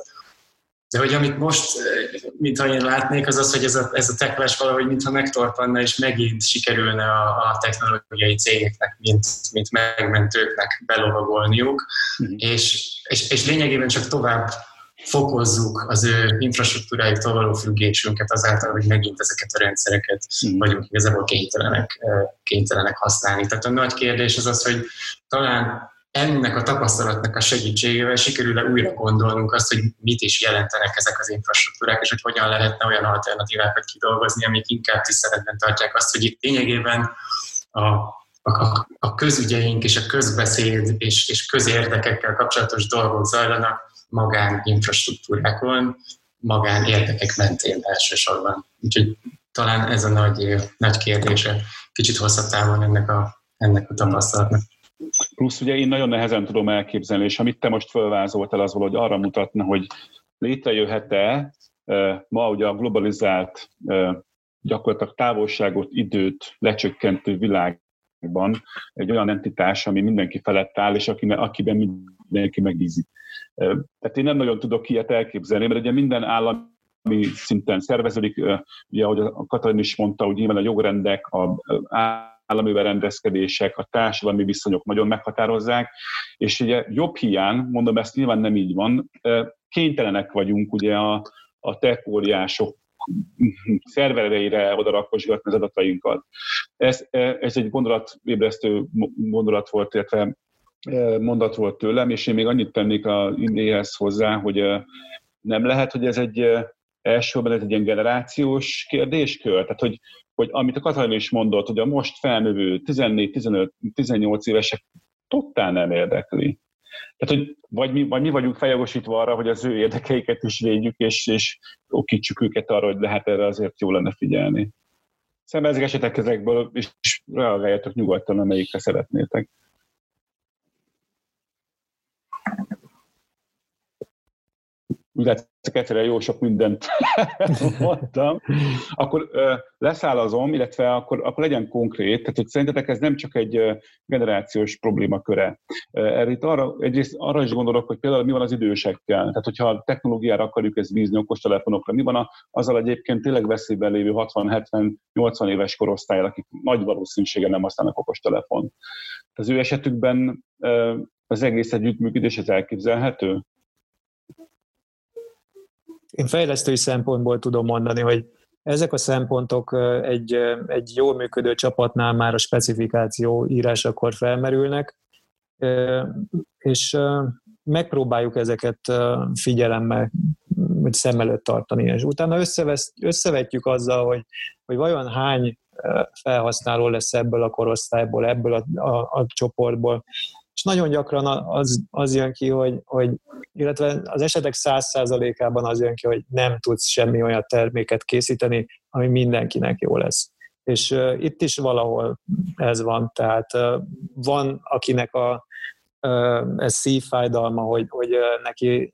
De hogy amit most, mintha én látnék, az az, hogy ez a, ez a techlash valahogy mintha megtorpanna, és megint sikerülne a, a technológiai cégeknek, mint, mint megmentőknek belovagolniuk, mm. és, és, és lényegében csak tovább fokozzuk az ő infrastruktúrájuktól való függésünket azáltal, hogy megint ezeket a rendszereket mm. vagyunk igazából kénytelenek, kénytelenek használni. Tehát a nagy kérdés az az, hogy talán ennek a tapasztalatnak a segítségével sikerül-e újra gondolnunk azt, hogy mit is jelentenek ezek az infrastruktúrák, és hogy hogyan lehetne olyan alternatívákat kidolgozni, amik inkább tiszteletben tartják azt, hogy itt lényegében a, a, a közügyeink és a közbeszéd és, és közérdekekkel kapcsolatos dolgok zajlanak magán infrastruktúrákon, magán érdekek mentén elsősorban. Úgyhogy talán ez a nagy, nagy kérdése, kicsit hosszabb távon ennek a, ennek a tapasztalatnak. Plusz ugye én nagyon nehezen tudom elképzelni, és amit te most fölvázoltál, az valahogy arra mutatna, hogy létrejöhet-e ma ugye a globalizált, gyakorlatilag távolságot, időt lecsökkentő világban egy olyan entitás, ami mindenki felett áll, és akiben mindenki megbízik. Tehát én nem nagyon tudok ilyet elképzelni, mert ugye minden állam ami szinten szerveződik, ugye ahogy a Katalin is mondta, hogy nyilván a jogrendek, a állami berendezkedések, a társadalmi viszonyok nagyon meghatározzák, és ugye jobb hiány, mondom, ezt nyilván nem így van, kénytelenek vagyunk ugye a, a tech óriások szervereire odarakosgatni az adatainkat. Ez, ez egy gondolatébresztő gondolat volt, illetve mondat volt tőlem, és én még annyit tennék a idéhez hozzá, hogy nem lehet, hogy ez egy elsőben ez egy ilyen generációs kérdéskör, tehát hogy, hogy amit a Katalin is mondott, hogy a most felnövő tizennégy, tizenöt, tizennyolc évesek totál nem érdekli. Tehát, hogy vagy mi, vagy mi vagyunk feljogosítva arra, hogy az ő érdekeiket is védjük, és, és okítsuk őket arra, hogy lehet erre azért jó lenne figyelni. Szemben ezek esetek ezekből, és reagáljatok nyugodtan, amelyikre szeretnétek. Úgy látszik, egyszerűen jó sok mindent mondtam, akkor uh, leszállazom, illetve akkor, akkor legyen konkrét, tehát hogy szerintetek ez nem csak egy uh, generációs problémaköre. Uh, erre itt arra, egyrészt arra is gondolok, hogy például mi van az idősekkel, tehát hogyha a technológiára akarjuk ezt bízni, okostelefonokra, mi van a, azzal egyébként tényleg veszélyben lévő hatvan, hetven, nyolcvan éves korosztályra, akik nagy valószínűséggel nem használnak okostelefon. Az ő esetükben uh, az egész együttműködés ez elképzelhető? Én fejlesztői szempontból tudom mondani, hogy ezek a szempontok egy, egy jól működő csapatnál már a specifikáció írásakor felmerülnek, és megpróbáljuk ezeket figyelemmel, vagy szem előtt tartani. És utána összevesz, összevetjük azzal, hogy, hogy vajon hány felhasználó lesz ebből a korosztályból, ebből a, a, a csoportból. És nagyon gyakran az, az jön ki, hogy, hogy, illetve az esetek száz százalékában az jön ki, hogy nem tudsz semmi olyan terméket készíteni, ami mindenkinek jó lesz. És uh, itt is valahol ez van, tehát uh, van, akinek a, uh, ez szívfájdalma, hogy, hogy uh, neki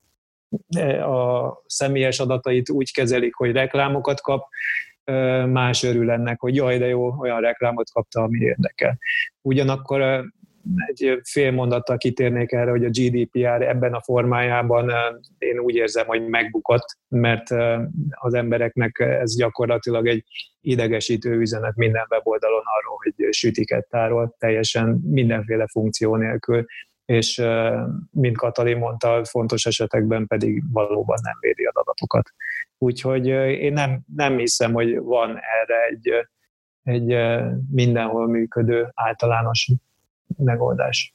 a személyes adatait úgy kezelik, hogy reklámokat kap, uh, más örül ennek, hogy jaj, de jó, olyan reklámot kapta, ami érdekel. Ugyanakkor uh, egy fél mondattal kitérnék erre, hogy a gé dé pé er ebben a formájában én úgy érzem, hogy megbukott, mert az embereknek ez gyakorlatilag egy idegesítő üzenet minden weboldalon arról, hogy sütiket tárol, teljesen mindenféle funkció nélkül, és mint Katalin mondta, fontos esetekben pedig valóban nem védi az adatokat. Úgyhogy én nem, nem hiszem, hogy van erre egy, egy mindenhol működő általános megoldás.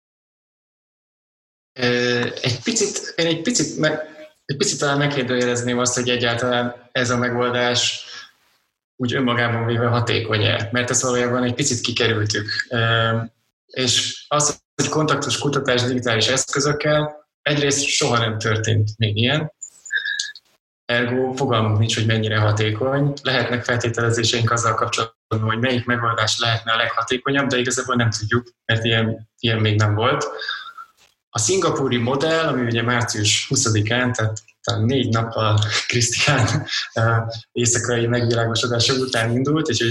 Egy picit, én egy picit, meg, egy picit talán megkérdőjelezném azt, hogy egyáltalán ez a megoldás úgy önmagában véve hatékony-e, mert ezt valójában egy picit kikerültük. És az, hogy kontaktus kutatás digitális eszközökkel egyrészt soha nem történt még ilyen, ergo fogalmunk nincs, hogy mennyire hatékony. Lehetnek feltételezéseink azzal kapcsolatban, hogy melyik megoldás lehetne a leghatékonyabb, de igazából nem tudjuk, mert ilyen, ilyen még nem volt. A szingapúri modell, ami ugye március huszadikán, tehát talán négy nappal Krisztián éjszakai megvilágosodása után indult, és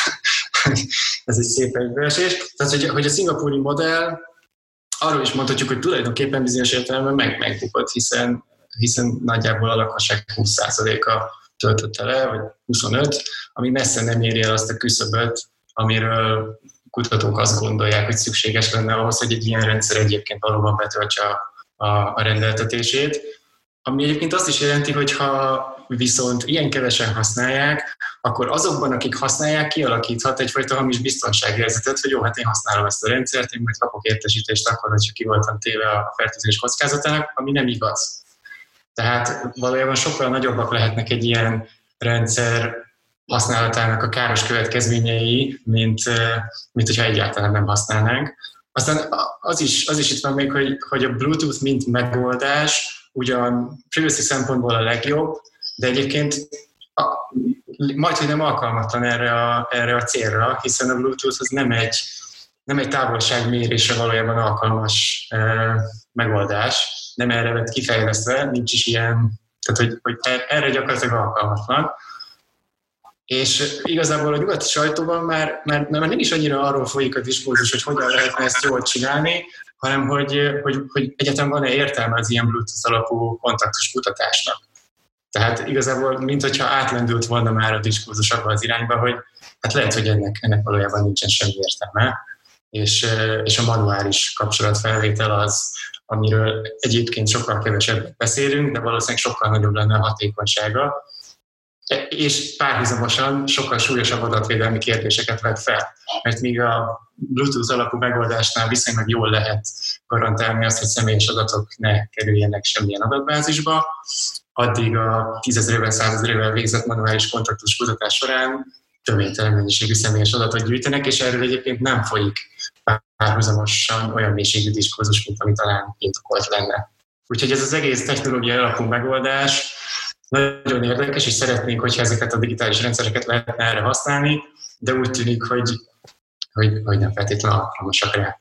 ez egy szép egybeesés. Tehát, hogy, hogy a szingapúri modell, arról is mondhatjuk, hogy tulajdonképpen bizonyos értelemben meg, megbukott, hiszen, hiszen nagyjából a lakosság húsz százaléka töltötte le, vagy huszonöt, ami messze nem éri el azt a küszöböt, amiről kutatók azt gondolják, hogy szükséges lenne ahhoz, hogy egy ilyen rendszer egyébként valóban betöltse a, a, a rendeltetését. Ami egyébként azt is jelenti, hogy ha viszont ilyen kevesen használják, akkor azokban, akik használják, kialakíthat egyfajta hamis biztonságérzetet, hogy jó, hát én használom ezt a rendszert, én majd kapok értesítést akkor, hogyha ki voltam téve a fertőzés kockázatának, ami nem igaz. Tehát valójában sokkal nagyobbak lehetnek egy ilyen rendszer használatának a káros következményei, mint, mint hogyha egyáltalán nem használnánk. Aztán az is, az is itt van még, hogy, hogy a Bluetooth mint megoldás ugyan privacy szempontból a legjobb, de egyébként a, majdhogy nem alkalmatlan erre a, erre a célra, hiszen a Bluetooth az nem egy, nem egy távolságmérésre valójában alkalmas e, megoldás, nem erre lett kifejlesztve, nincs is ilyen, tehát hogy, hogy erre gyakorlatilag alkalmatlan. És igazából a nyugati sajtóban már, már, már nem is annyira arról folyik a diskurzus, hogy hogyan lehetne ezt jól csinálni, hanem hogy, hogy, hogy egyáltalán van-e értelme az ilyen Bluetooth alapú kontaktus kutatásnak. Tehát igazából, mint hogyha átlendült volna már a diskurzus abba az irányba, hogy hát lehet, hogy ennek, ennek valójában nincsen semmi értelme, és, és a manuális kapcsolatfelvétel az, amiről egyébként sokkal kevesebb beszélünk, de valószínűleg sokkal nagyobb lenne a hatékonysága, és párhuzamosan sokkal súlyosabb adatvédelmi kérdéseket vet fel. Mert míg a Bluetooth alapú megoldásnál viszonylag jól lehet garantálni azt, hogy személyes adatok ne kerüljenek semmilyen adatbázisba, addig a tízezrével, százezrével végzett manuális kontaktus kutatás során töménytelen mennyiségű személyes adatot gyűjtenek, és erről egyébként nem folyik párhuzamosan olyan mélységű diskurzus, mint ami talán indokolt lenne. Úgyhogy ez az egész technológiai alapú megoldás nagyon érdekes, és szeretnénk, hogyha ezeket a digitális rendszereket lehetne erre használni, de úgy tűnik, hogy, hogy, hogy nem feltétlenül alkalmasak rá.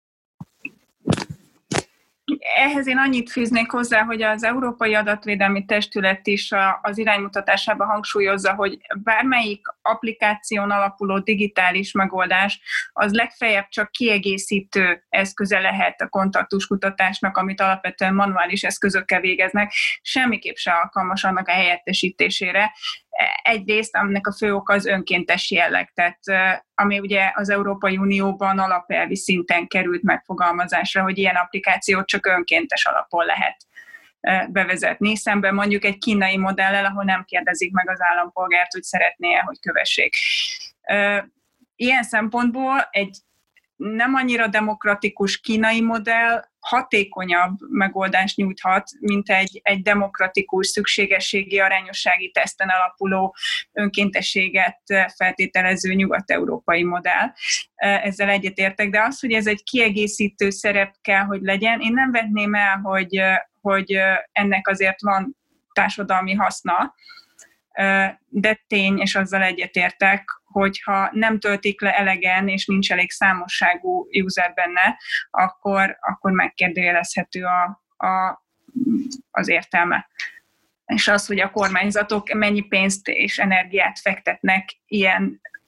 Ehhez én annyit fűznék hozzá, hogy az Európai Adatvédelmi Testület is az iránymutatásában hangsúlyozza, hogy bármelyik applikáción alapuló digitális megoldás az legfeljebb csak kiegészítő eszköze lehet a kontaktuskutatásnak, amit alapvetően manuális eszközökkel végeznek, semmiképp se alkalmas annak a helyettesítésére. Egyrészt aminek a fő oka az önkéntes jelleg, tehát ami ugye az Európai Unióban alapelvi szinten került megfogalmazásra, hogy ilyen applikációt csak önkéntes alapon lehet bevezetni, szemben mondjuk egy kínai modellel, ahol nem kérdezik meg az állampolgárt, hogy szeretné-e, hogy kövessék. Ilyen szempontból egy nem annyira demokratikus kínai modell hatékonyabb megoldást nyújthat, mint egy, egy demokratikus, szükségességi, arányossági teszten alapuló önkéntességet feltételező nyugat-európai modell. Ezzel egyetértek, de az, hogy ez egy kiegészítő szerep kell, hogy legyen, én nem vetném el, hogy, hogy ennek azért van társadalmi haszna, de tény, és azzal egyetértek, hogyha nem töltik le elegen, és nincs elég számosságú user benne, akkor, akkor megkérdőjelezhető a, a, az értelme. És az, hogy a kormányzatok mennyi pénzt és energiát fektetnek ilyen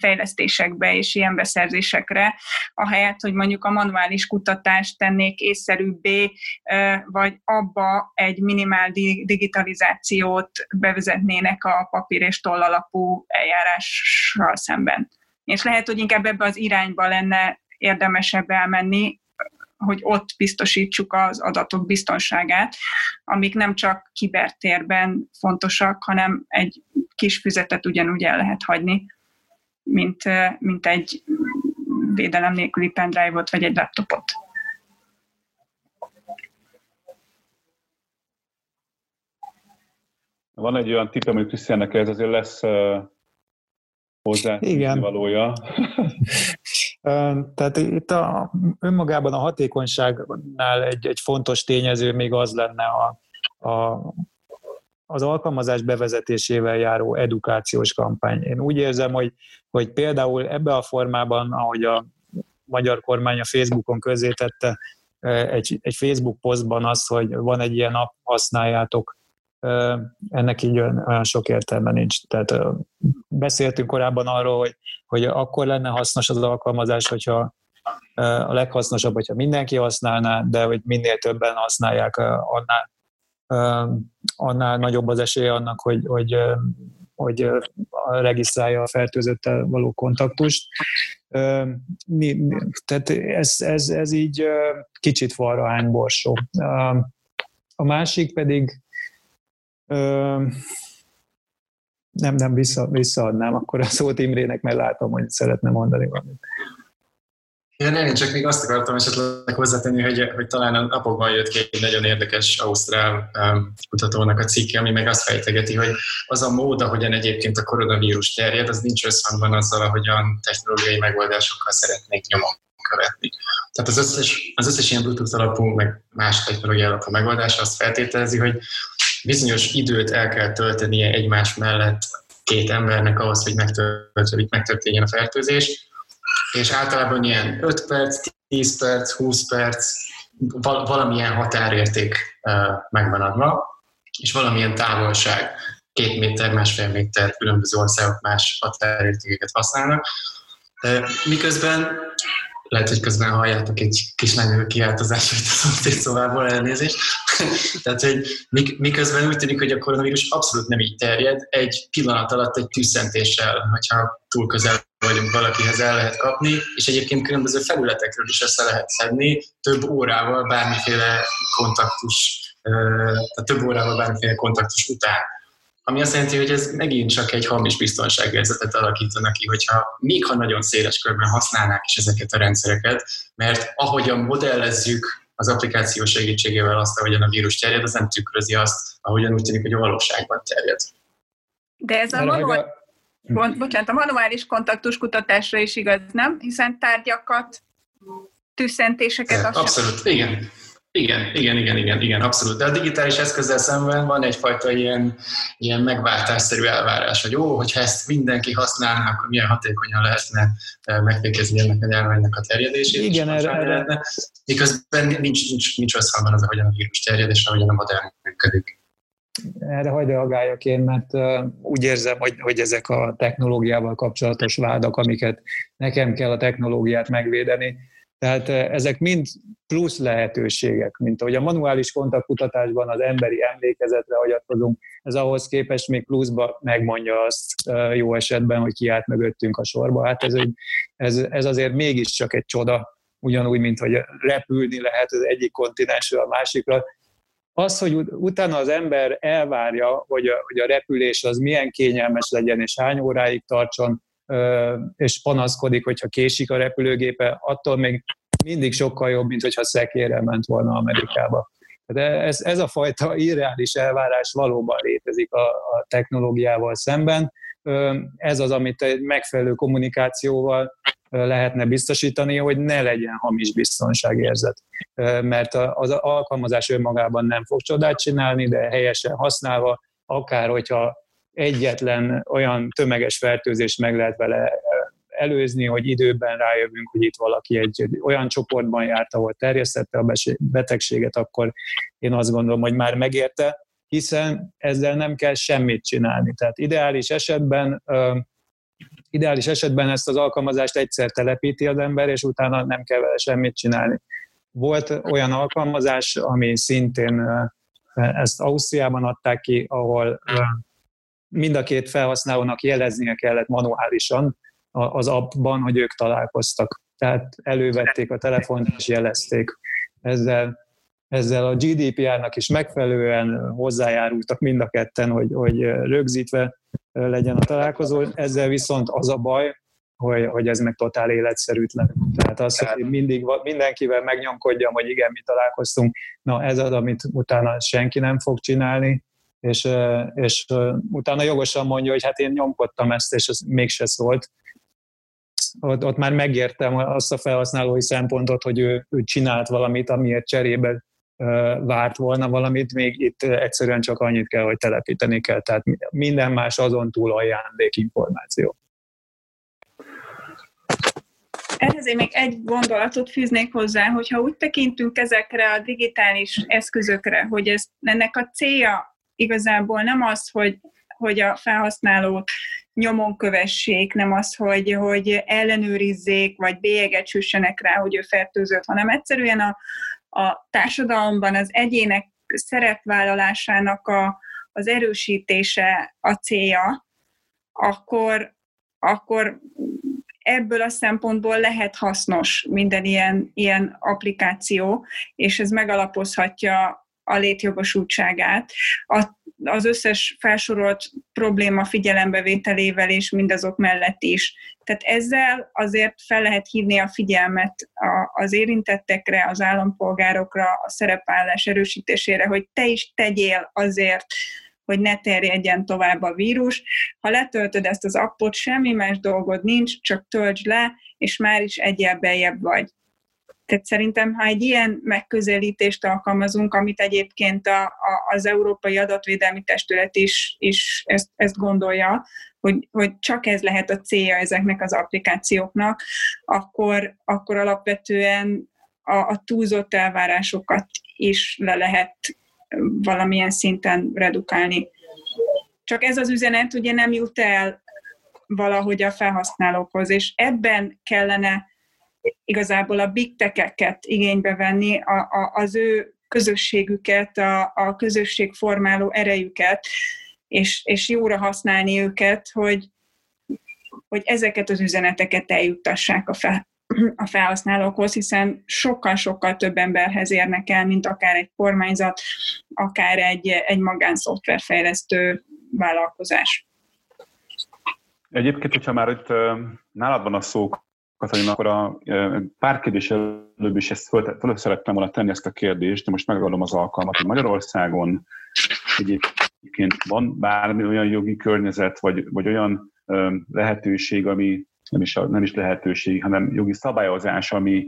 fejlesztésekbe és ilyen beszerzésekre, ahelyett, hogy mondjuk a manuális kutatást tennék észszerűbbé, vagy abba egy minimál digitalizációt bevezetnének a papír és toll alapú eljárással szemben. És lehet, hogy inkább ebbe az irányba lenne érdemesebb elmenni, hogy ott biztosítsuk az adatok biztonságát, amik nem csak kibertérben fontosak, hanem egy kis füzetet ugyanúgy el lehet hagyni, mint, mint egy védelem nélküli pendrive-ot vagy egy laptopot. Van egy olyan tippem, hogy Krisztiánnak ez azért lesz uh, hozzá valója. Tehát itt a, önmagában a hatékonyságnál egy, egy fontos tényező még az lenne a, a, az alkalmazás bevezetésével járó edukációs kampány. Én úgy érzem, hogy, hogy például ebbe a formában, ahogy a magyar kormány a Facebookon közzétette egy, egy Facebook posztban az, hogy van egy ilyen app, használjátok, ennek így olyan sok értelme nincs. Tehát beszéltünk korábban arról, hogy, hogy akkor lenne hasznos az alkalmazás, hogyha a leghasznosabb, hogyha mindenki használná, de hogy minél többen használják, annál, annál nagyobb az esélye annak, hogy, hogy, hogy regisztrálja a fertőzöttel való kontaktust. Tehát ez, ez, ez így kicsit falrahány borsó. A másik pedig Ö, nem, nem, vissza, visszaadnám akkor a szót Imrének, mert látom, hogy szeretne mondani valamit. Ja, nem, én csak még azt akartam esetleg hozzátenni, hogy, hogy talán a napokban jött ki egy nagyon érdekes ausztrál um, kutatónak a cikke, ami meg azt fejtegeti, hogy az a mód, ahogyan egyébként a koronavírus terjed, az nincs összhangban azzal, ahogyan technológiai megoldásokkal szeretnénk nyomon követni. Tehát az összes, az összes ilyen Bluetooth alapú, meg más technológiai alapú megoldás azt feltételezi, hogy bizonyos időt el kell töltenie egymás mellett két embernek ahhoz, hogy megtörténjen, megtörténjen a fertőzés, és általában ilyen öt perc, tíz perc, húsz perc, val- valamilyen határérték uh, megvan adva, és valamilyen távolság, két méter, másfél méter, különböző országok más határértékeket használnak. Uh, miközben lehet, hogy közben halljátok egy kislány kiáltozásait a szomszédszobából, elnézést. Tehát, hogy miközben úgy tűnik, hogy a koronavírus abszolút nem így terjed, egy pillanat alatt egy tűzszentéssel, hogyha túl közel vagyunk valakihez, el lehet kapni, és egyébként különböző felületekről is össze lehet szedni, több órával bármiféle kontaktus, tehát több órával bármiféle kontaktus után. Ami azt jelenti, hogy ez megint csak egy hamis biztonságérzetet alakítanak ki, hogyha még ha nagyon széles körben használnák is ezeket a rendszereket, mert ahogyan modellezzük az applikáció segítségével azt, ahogyan a vírus terjed, az nem tükrözi azt, ahogyan úgy tűnik, hogy a valóságban terjed. De ez a, manuál... Bocsánat, a manuális kontaktuskutatásra is igaz, nem? Hiszen tárgyakat, tüsszentéseket... De, abszolút, sem... igen. Igen, igen, igen, igen, igen, abszolút. De a digitális eszközzel szemben van egyfajta ilyen, ilyen megváltásszerű elvárás, hogy ó, hogyha ezt mindenki használná, akkor milyen hatékonyan lehetne megfékezni ennek a járványnak a terjedését. Igen, erre, erre. Miközben nincs, nincs, nincs összhangban az, ahogyan a vírus terjed, és ahogyan a modell működik. Erre hadd reagáljak én, mert uh, úgy érzem, hogy, hogy ezek a technológiával kapcsolatos vádak, amiket nekem kell a technológiát megvédeni, tehát ezek mind plusz lehetőségek, mint ahogy a manuális kontaktkutatásban az emberi emlékezetre hagyatkozunk, ez ahhoz képest még pluszba megmondja azt jó esetben, hogy ki állt mögöttünk a sorba. Hát ez, egy, ez, ez azért mégiscsak egy csoda, ugyanúgy, mint hogy repülni lehet az egyik kontinensről a másikra. Az, hogy utána az ember elvárja, hogy a, hogy a repülés az milyen kényelmes legyen, és hány óráig tartson, és panaszkodik, hogyha késik a repülőgépe, attól még mindig sokkal jobb, mint hogyha szekérrel ment volna Amerikába. De ez, ez a fajta irreális elvárás valóban létezik a, a technológiával szemben. Ez az, amit egy megfelelő kommunikációval lehetne biztosítani, hogy ne legyen hamis biztonságérzet. Mert az alkalmazás önmagában nem fog csodát csinálni, de helyesen használva, akár hogyha egyetlen olyan tömeges fertőzést meg lehet vele előzni, hogy időben rájövünk, hogy itt valaki egy olyan csoportban járt, ahol terjesztette a betegséget, akkor én azt gondolom, hogy már megérte, hiszen ezzel nem kell semmit csinálni. Tehát ideális esetben Ideális esetben ezt az alkalmazást egyszer telepíti az ember, és utána nem kell vele semmit csinálni. Volt olyan alkalmazás, ami szintén ezt Ausztriában adták ki, ahol mind a két felhasználónak jeleznie kellett manuálisan az appban, hogy ők találkoztak. Tehát elővették a telefont és jelezték. Ezzel, ezzel a gé dé pé er-nak is megfelelően hozzájárultak mind a ketten, hogy, hogy rögzítve legyen a találkozó. Ezzel viszont az a baj, hogy, hogy ez meg totál életszerűtlen. Tehát az, hogy mindig mindenkivel megnyomkodjam, hogy igen, mi találkoztunk, na ez az, amit utána senki nem fog csinálni, és, és utána jogosan mondja, hogy hát én nyomkodtam ezt, és ez mégse szólt. Ott, ott már megértem azt a felhasználói szempontot, hogy ő, ő csinált valamit, amiért cserébe várt volna valamit, még itt egyszerűen csak annyit kell, hogy telepíteni kell, tehát minden más azon túl ajándékinformáció. Ehhez én még egy gondolatot fűznék hozzá, hogyha úgy tekintünk ezekre a digitális eszközökre, hogy ez, ennek a célja igazából nem az, hogy, hogy a felhasználót nyomon kövessék, nem az, hogy, hogy ellenőrizzék, vagy bélyeget süssenek rá, hogy ő fertőzött, hanem egyszerűen a, a társadalomban az egyének szerepvállalásának a, az erősítése a célja, akkor, akkor ebből a szempontból lehet hasznos minden ilyen, ilyen applikáció, és ez megalapozhatja a létjogosultságát. A, az összes felsorolt probléma figyelembevételével és mindazok mellett is. Tehát ezzel azért fel lehet hívni a figyelmet az érintettekre, az állampolgárokra, a szerepvállás erősítésére, hogy te is tegyél azért, hogy ne terjedjen tovább a vírus. Ha letöltöd ezt az appot, semmi más dolgod nincs, csak töltsd le, és már is egyel beljebb vagy. Tehát szerintem, ha egy ilyen megközelítést alkalmazunk, amit egyébként a, a, az Európai Adatvédelmi Testület is, is ezt, ezt gondolja, hogy, hogy csak ez lehet a célja ezeknek az applikációknak, akkor, akkor alapvetően a, a túlzott elvárásokat is le lehet valamilyen szinten redukálni. Csak ez az üzenet ugye nem jut el valahogy a felhasználókhoz, és ebben kellene igazából a big tech-eket igénybe venni, a, a, az ő közösségüket, a, a közösségformáló erejüket, és, és jóra használni őket, hogy, hogy ezeket az üzeneteket eljuttassák a, fel, a felhasználókhoz, hiszen sokkal-sokkal több emberhez érnek el, mint akár egy kormányzat, akár egy, egy magánszoftverfejlesztő vállalkozás. Egyébként, hogyha már itt nálad van a szó, Katalin, akkor a pár kérdés előbb is ezt föl, föl szerettem volna tenni ezt a kérdést, de most megadom az alkalmat, hogy Magyarországon egyébként van bármi olyan jogi környezet, vagy, vagy olyan lehetőség, ami nem is, nem is lehetőség, hanem jogi szabályozás, ami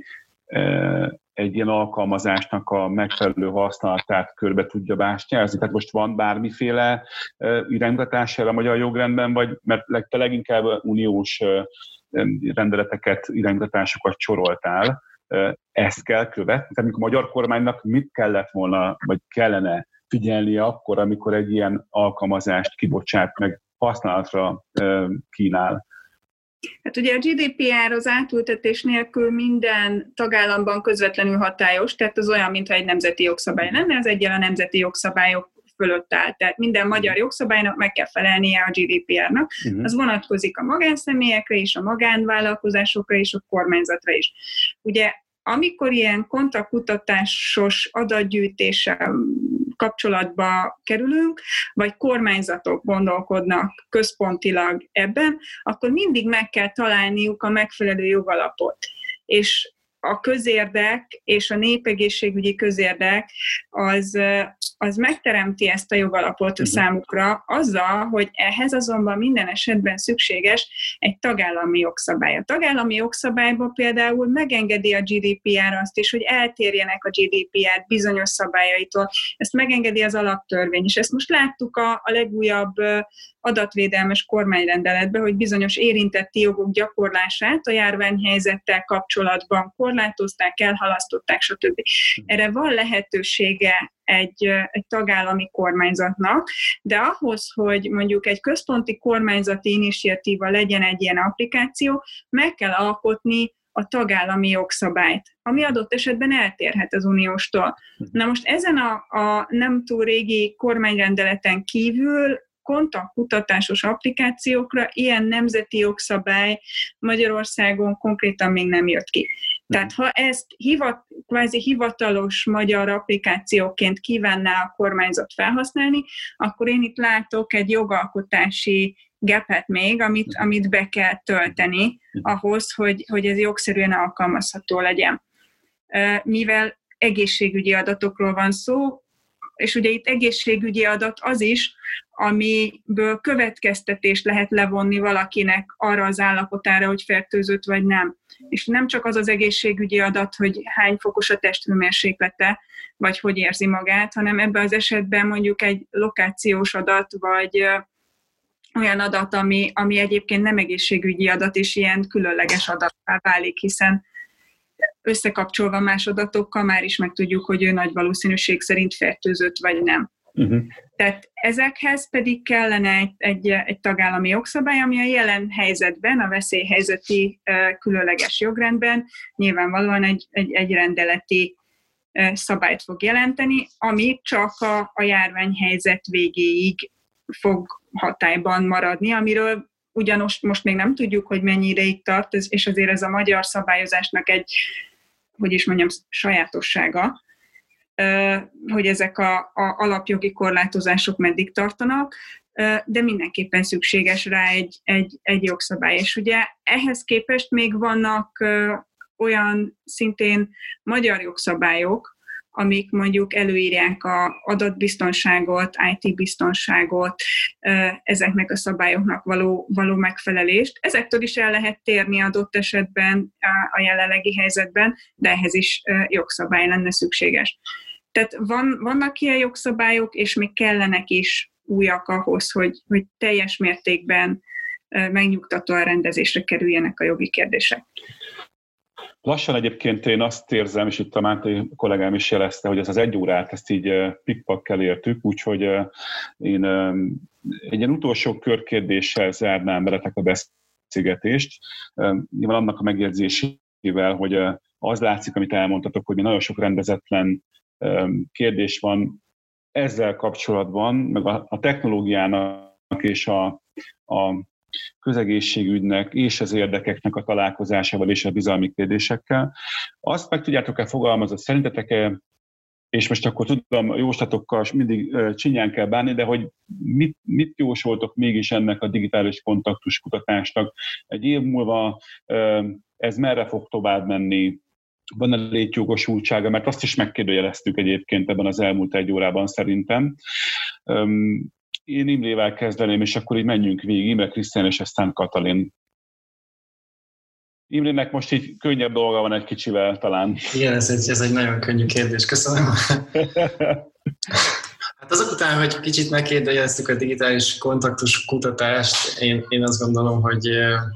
egy ilyen alkalmazásnak a megfelelő használatát körbe tudja bástyázni. Tehát most van bármiféle iránymutatás erre a magyar jogrendben, vagy mert te leginkább uniós rendeleteket, iránymutatásokat soroltál, ezt kell követni? Tehát amikor a magyar kormánynak mit kellett volna, vagy kellene figyelnie akkor, amikor egy ilyen alkalmazást kibocsát, meg használatra kínál? Hát ugye a gé dé pé er az átültetés nélkül minden tagállamban közvetlenül hatályos, tehát az olyan, mintha egy nemzeti jogszabály lenne, az egyen a nemzeti jogszabályok fölött áll. Tehát minden magyar jogszabálynak meg kell felelnie a gé dé pé er-nak. Uh-huh. Az vonatkozik a magánszemélyekre is, a magánvállalkozásokra és a kormányzatra is. Ugye amikor ilyen kontaktkutatásos adatgyűjtéssel kapcsolatba kerülünk, vagy kormányzatok gondolkodnak központilag ebben, akkor mindig meg kell találniuk a megfelelő jogalapot. És a közérdek és a népegészségügyi közérdek az, az megteremti ezt a jogalapot számukra azzal, hogy ehhez azonban minden esetben szükséges egy tagállami jogszabály. A tagállami jogszabályban például megengedi a gé dé pé er azt is, hogy eltérjenek a gé dé pé er bizonyos szabályaitól. Ezt megengedi az alaptörvény, és ezt most láttuk a, a legújabb adatvédelmes kormányrendeletben, hogy bizonyos érintetti jogok gyakorlását a járványhelyzettel kapcsolatban korlátozták, elhalasztották, stb. Erre van lehetősége egy, egy tagállami kormányzatnak, de ahhoz, hogy mondjuk egy központi kormányzati initiatíva legyen egy ilyen applikáció, meg kell alkotni a tagállami jogszabályt, ami adott esetben eltérhet az unióstól. Na most ezen a, a nem túl régi kormányrendeleten kívül kontaktkutatásos applikációkra ilyen nemzeti jogszabály Magyarországon konkrétan még nem jött ki. Tehát ha ezt hivat, kvázi hivatalos magyar applikációként kívánná a kormányzat felhasználni, akkor én itt látok egy jogalkotási gapet még, amit, amit be kell tölteni ahhoz, hogy, hogy ez jogszerűen alkalmazható legyen. Mivel egészségügyi adatokról van szó, és ugye itt egészségügyi adat az is, amiből következtetést lehet levonni valakinek arra az állapotára, hogy fertőzött vagy nem. És nem csak az az egészségügyi adat, hogy hány fokos a testhőmérséklete, vagy hogy érzi magát, hanem ebben az esetben mondjuk egy lokációs adat, vagy olyan adat, ami, ami egyébként nem egészségügyi adat, és ilyen különleges adattá válik, hiszen összekapcsolva más adatokkal már is megtudjuk, hogy ő nagy valószínűség szerint fertőzött vagy nem. Uh-huh. Tehát ezekhez pedig kellene egy, egy, egy tagállami jogszabály, ami a jelen helyzetben, a veszélyhelyzeti uh, különleges jogrendben nyilvánvalóan egy, egy, egy rendeleti uh, szabályt fog jelenteni, ami csak a, a járványhelyzet végéig fog hatályban maradni, amiről ugyanos most még nem tudjuk, hogy mennyi ideig tart, és azért ez a magyar szabályozásnak egy, hogy is mondjam, sajátossága, hogy ezek a, a alapjogi korlátozások meddig tartanak, de mindenképpen szükséges rá egy, egy, egy jogszabály. És ugye ehhez képest még vannak olyan szintén magyar jogszabályok, amik mondjuk előírják az adatbiztonságot, í té-biztonságot, ezeknek a szabályoknak való, való megfelelést. Ezektől is el lehet térni adott esetben a jelenlegi helyzetben, de ehhez is jogszabály lenne szükséges. Tehát van, vannak ilyen jogszabályok, és még kellenek is újak ahhoz, hogy, hogy teljes mértékben megnyugtatóan rendezésre kerüljenek a jogi kérdések. Lassan egyébként én azt érzem, és itt a Máté kollégám is jelezte, hogy ez az egy órát, ezt így pikpakkel értük, úgyhogy én egy ilyen utolsó körkérdéssel zárnám veletek a beszélgetést. Nyilván annak a megjegyzésével, hogy az látszik, amit elmondtatok, hogy nagyon sok rendezetlen kérdés van ezzel kapcsolatban, meg a technológiának és a, a közegészségügynek és az érdekeknek a találkozásával és a bizalmi kérdésekkel. Azt meg tudjátok-e fogalmazni, szerintetek-e, és most akkor tudom, a jóslatokkal mindig csinyán kell bánni, de hogy mit, mit jósoltok mégis ennek a digitális kontaktus kutatásnak? Egy év múlva ez merre fog tovább menni? Van-e létjogosultsága? Mert azt is megkérdőjeleztük egyébként ebben az elmúlt egy órában szerintem. Én Imrével kezdeném, és akkor így menjünk végig, Imre, Krisztián és aztán Katalin. Imrének most így könnyebb dolga van egy kicsivel talán. Igen, ez egy, ez egy nagyon könnyű kérdés, köszönöm. Hát azok után, hogy kicsit megkérdeztük a digitális kontaktus kutatást, én, én azt gondolom, hogy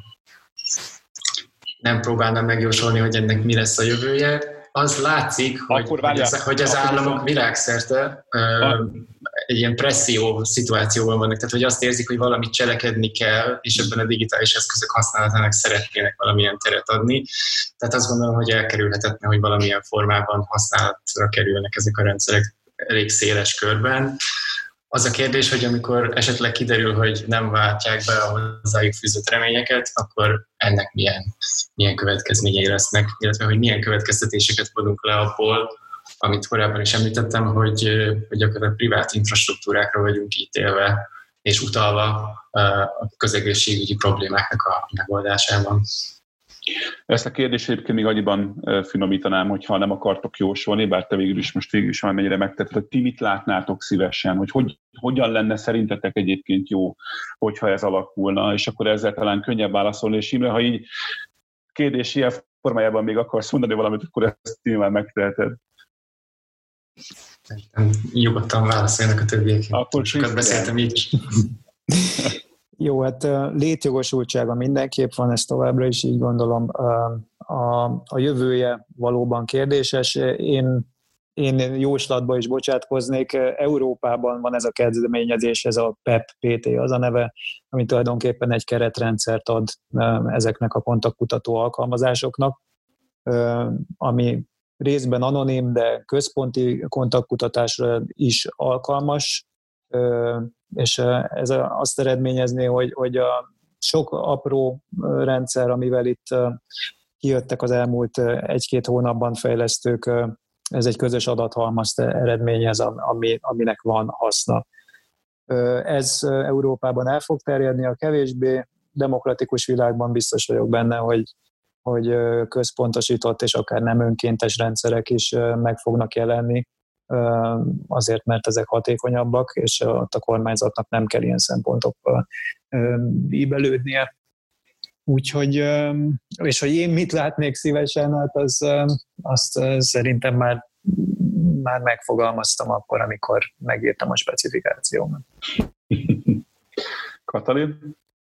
nem próbálnám megjósolni, hogy ennek mi lesz a jövője. Az látszik, hogy, hogy az, hogy az államok világszerte uh, egy ilyen presszió szituációban vannak, tehát hogy azt érzik, hogy valamit cselekedni kell, és ebben a digitális eszközök használatának szeretnének valamilyen teret adni. Tehát azt gondolom, hogy elkerülhetetlen, hogy valamilyen formában használatra kerülnek ezek a rendszerek elég széles körben. Az a kérdés, hogy amikor esetleg kiderül, hogy nem váltják be a hozzájuk fűzött reményeket, akkor ennek milyen, milyen következményei lesznek, illetve hogy milyen következtetéseket vonunk le abból, amit korábban is említettem, hogy, hogy gyakorlatilag privát infrastruktúrákra vagyunk ítélve és utalva a közegészségügyi problémáknak a megoldásában. Ezt a kérdést egyébként még annyiban finomítanám, hogyha nem akartok jósolni, bár te végül is most végül is már mennyire megtetted, hogy ti mit látnátok szívesen, hogy, hogy hogyan lenne szerintetek egyébként jó, hogyha ez alakulna, és akkor ezzel talán könnyebb válaszolni, és Imre, ha így kérdés ilyen formájában még akarsz mondani valamit, akkor ezt nyilván megteheted. Nyugodtan válaszoljanak a többiek. Akkor sokat beszéltem így is. Jó, hát létjogosultsága mindenképp van, ezt továbbra is így gondolom. A, a jövője valóban kérdéses. Én én jóslatba is bocsátkoznék, Európában van ez a kezdeményezés, ez a pé e pé pé té az a neve, ami tulajdonképpen egy keretrendszert ad ezeknek a kontaktkutató alkalmazásoknak, ami részben anonim, de központi kontaktkutatásra is alkalmas, és ez azt eredményezné, hogy, hogy a sok apró rendszer, amivel itt kijöttek az elmúlt egy-két hónapban fejlesztők, ez egy közös adathalmazt eredményez, ami, aminek van haszna. Ez Európában el fog terjedni, a kevésbé demokratikus világban biztos vagyok benne, hogy, hogy központosított és akár nem önkéntes rendszerek is meg fognak jelenni, azért, mert ezek hatékonyabbak, és ott a kormányzatnak nem kell ilyen szempontokkal bíbelődnie. Úgyhogy, és hogy én mit látnék szívesen, hát az, azt szerintem már, már megfogalmaztam akkor, amikor megírtam a specifikációmat. Katalin?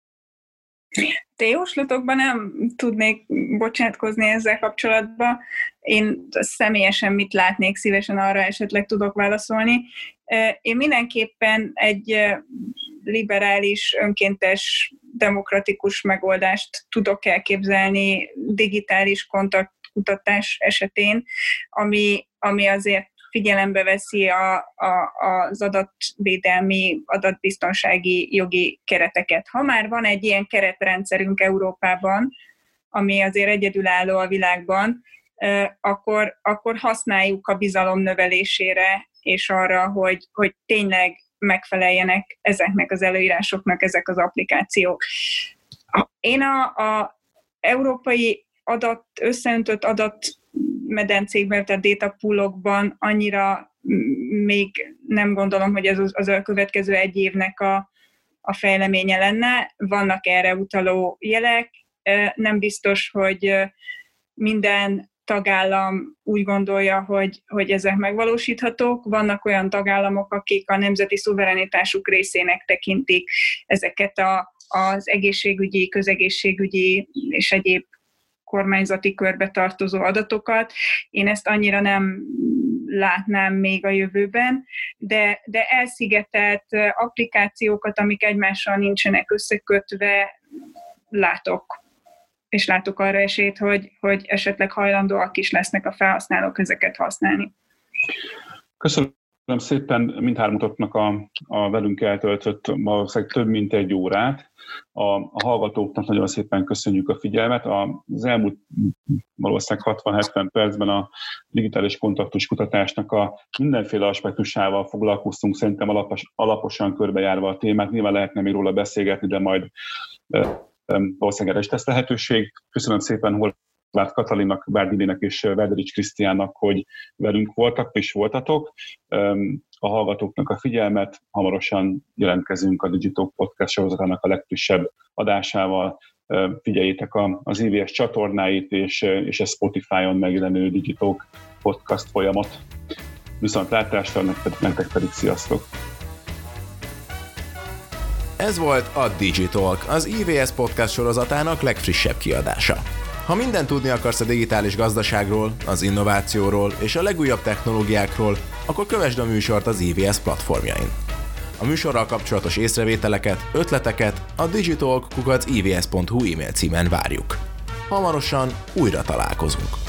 Téjóslatokban nem tudnék bocsátkozni ezzel kapcsolatban. Én személyesen mit látnék szívesen, arra esetleg tudok válaszolni. Én mindenképpen egy liberális, önkéntes, demokratikus megoldást tudok elképzelni digitális kontaktkutatás esetén, ami, ami azért figyelembe veszi a, a, az adatvédelmi, adatbiztonsági jogi kereteket. Ha már van egy ilyen keretrendszerünk Európában, ami azért egyedülálló a világban, akkor, akkor használjuk a bizalom növelésére, és arra, hogy, hogy tényleg megfeleljenek ezeknek az előírásoknak ezek az applikációk. Én a, a európai adat, összeöntött adatmedencékben, tehát data poolokban annyira még nem gondolom, hogy ez az, az a következő egy évnek a, a fejleménye lenne. Vannak erre utaló jelek. Nem biztos, hogy minden tagállam úgy gondolja, hogy, hogy ezek megvalósíthatók. Vannak olyan tagállamok, akik a nemzeti szuverenitásuk részének tekintik ezeket a, az egészségügyi, közegészségügyi és egyéb kormányzati körbe tartozó adatokat. Én ezt annyira nem látnám még a jövőben, de, de elszigetelt applikációkat, amik egymással nincsenek összekötve, látok. És látok arra esélyt, hogy, hogy esetleg hajlandóak is lesznek a felhasználók ezeket használni. Köszönöm szépen mindhármatoknak a, a velünk eltöltött valószínűleg több mint egy órát. A, a hallgatóknak nagyon szépen köszönjük a figyelmet. Az elmúlt valószínűleg hatvan-hetven percben a digitális kontaktus kutatásnak a mindenféle aspektusával foglalkoztunk, szerintem alapos, alaposan körbejárva a témát. Nyilván lehetne még róla beszélgetni, de majd valószínűleg erre is tesz lehetőség. Köszönöm szépen Horváth Katalinnak, Bárdilinek és Verderics Krisztiánnak, hogy velünk voltak és voltatok. A hallgatóknak a figyelmet, hamarosan jelentkezünk a Digitalk Podcast sorozatának a legfrissebb adásával. Figyeljétek az i vé es csatornáit és, és a Spotify-on megjelenő Digitalk Podcast folyamot. Viszontlátásra, nektek pedig sziasztok! Ez volt a Digitalk, az i vé es Podcast sorozatának legfrissebb kiadása. Ha mindent tudni akarsz a digitális gazdaságról, az innovációról és a legújabb technológiákról, akkor kövesd a műsort az i vé es platformjain. A műsorral kapcsolatos észrevételeket, ötleteket a digitalk kukac i vé es pont hu e-mail címen várjuk. Hamarosan újra találkozunk.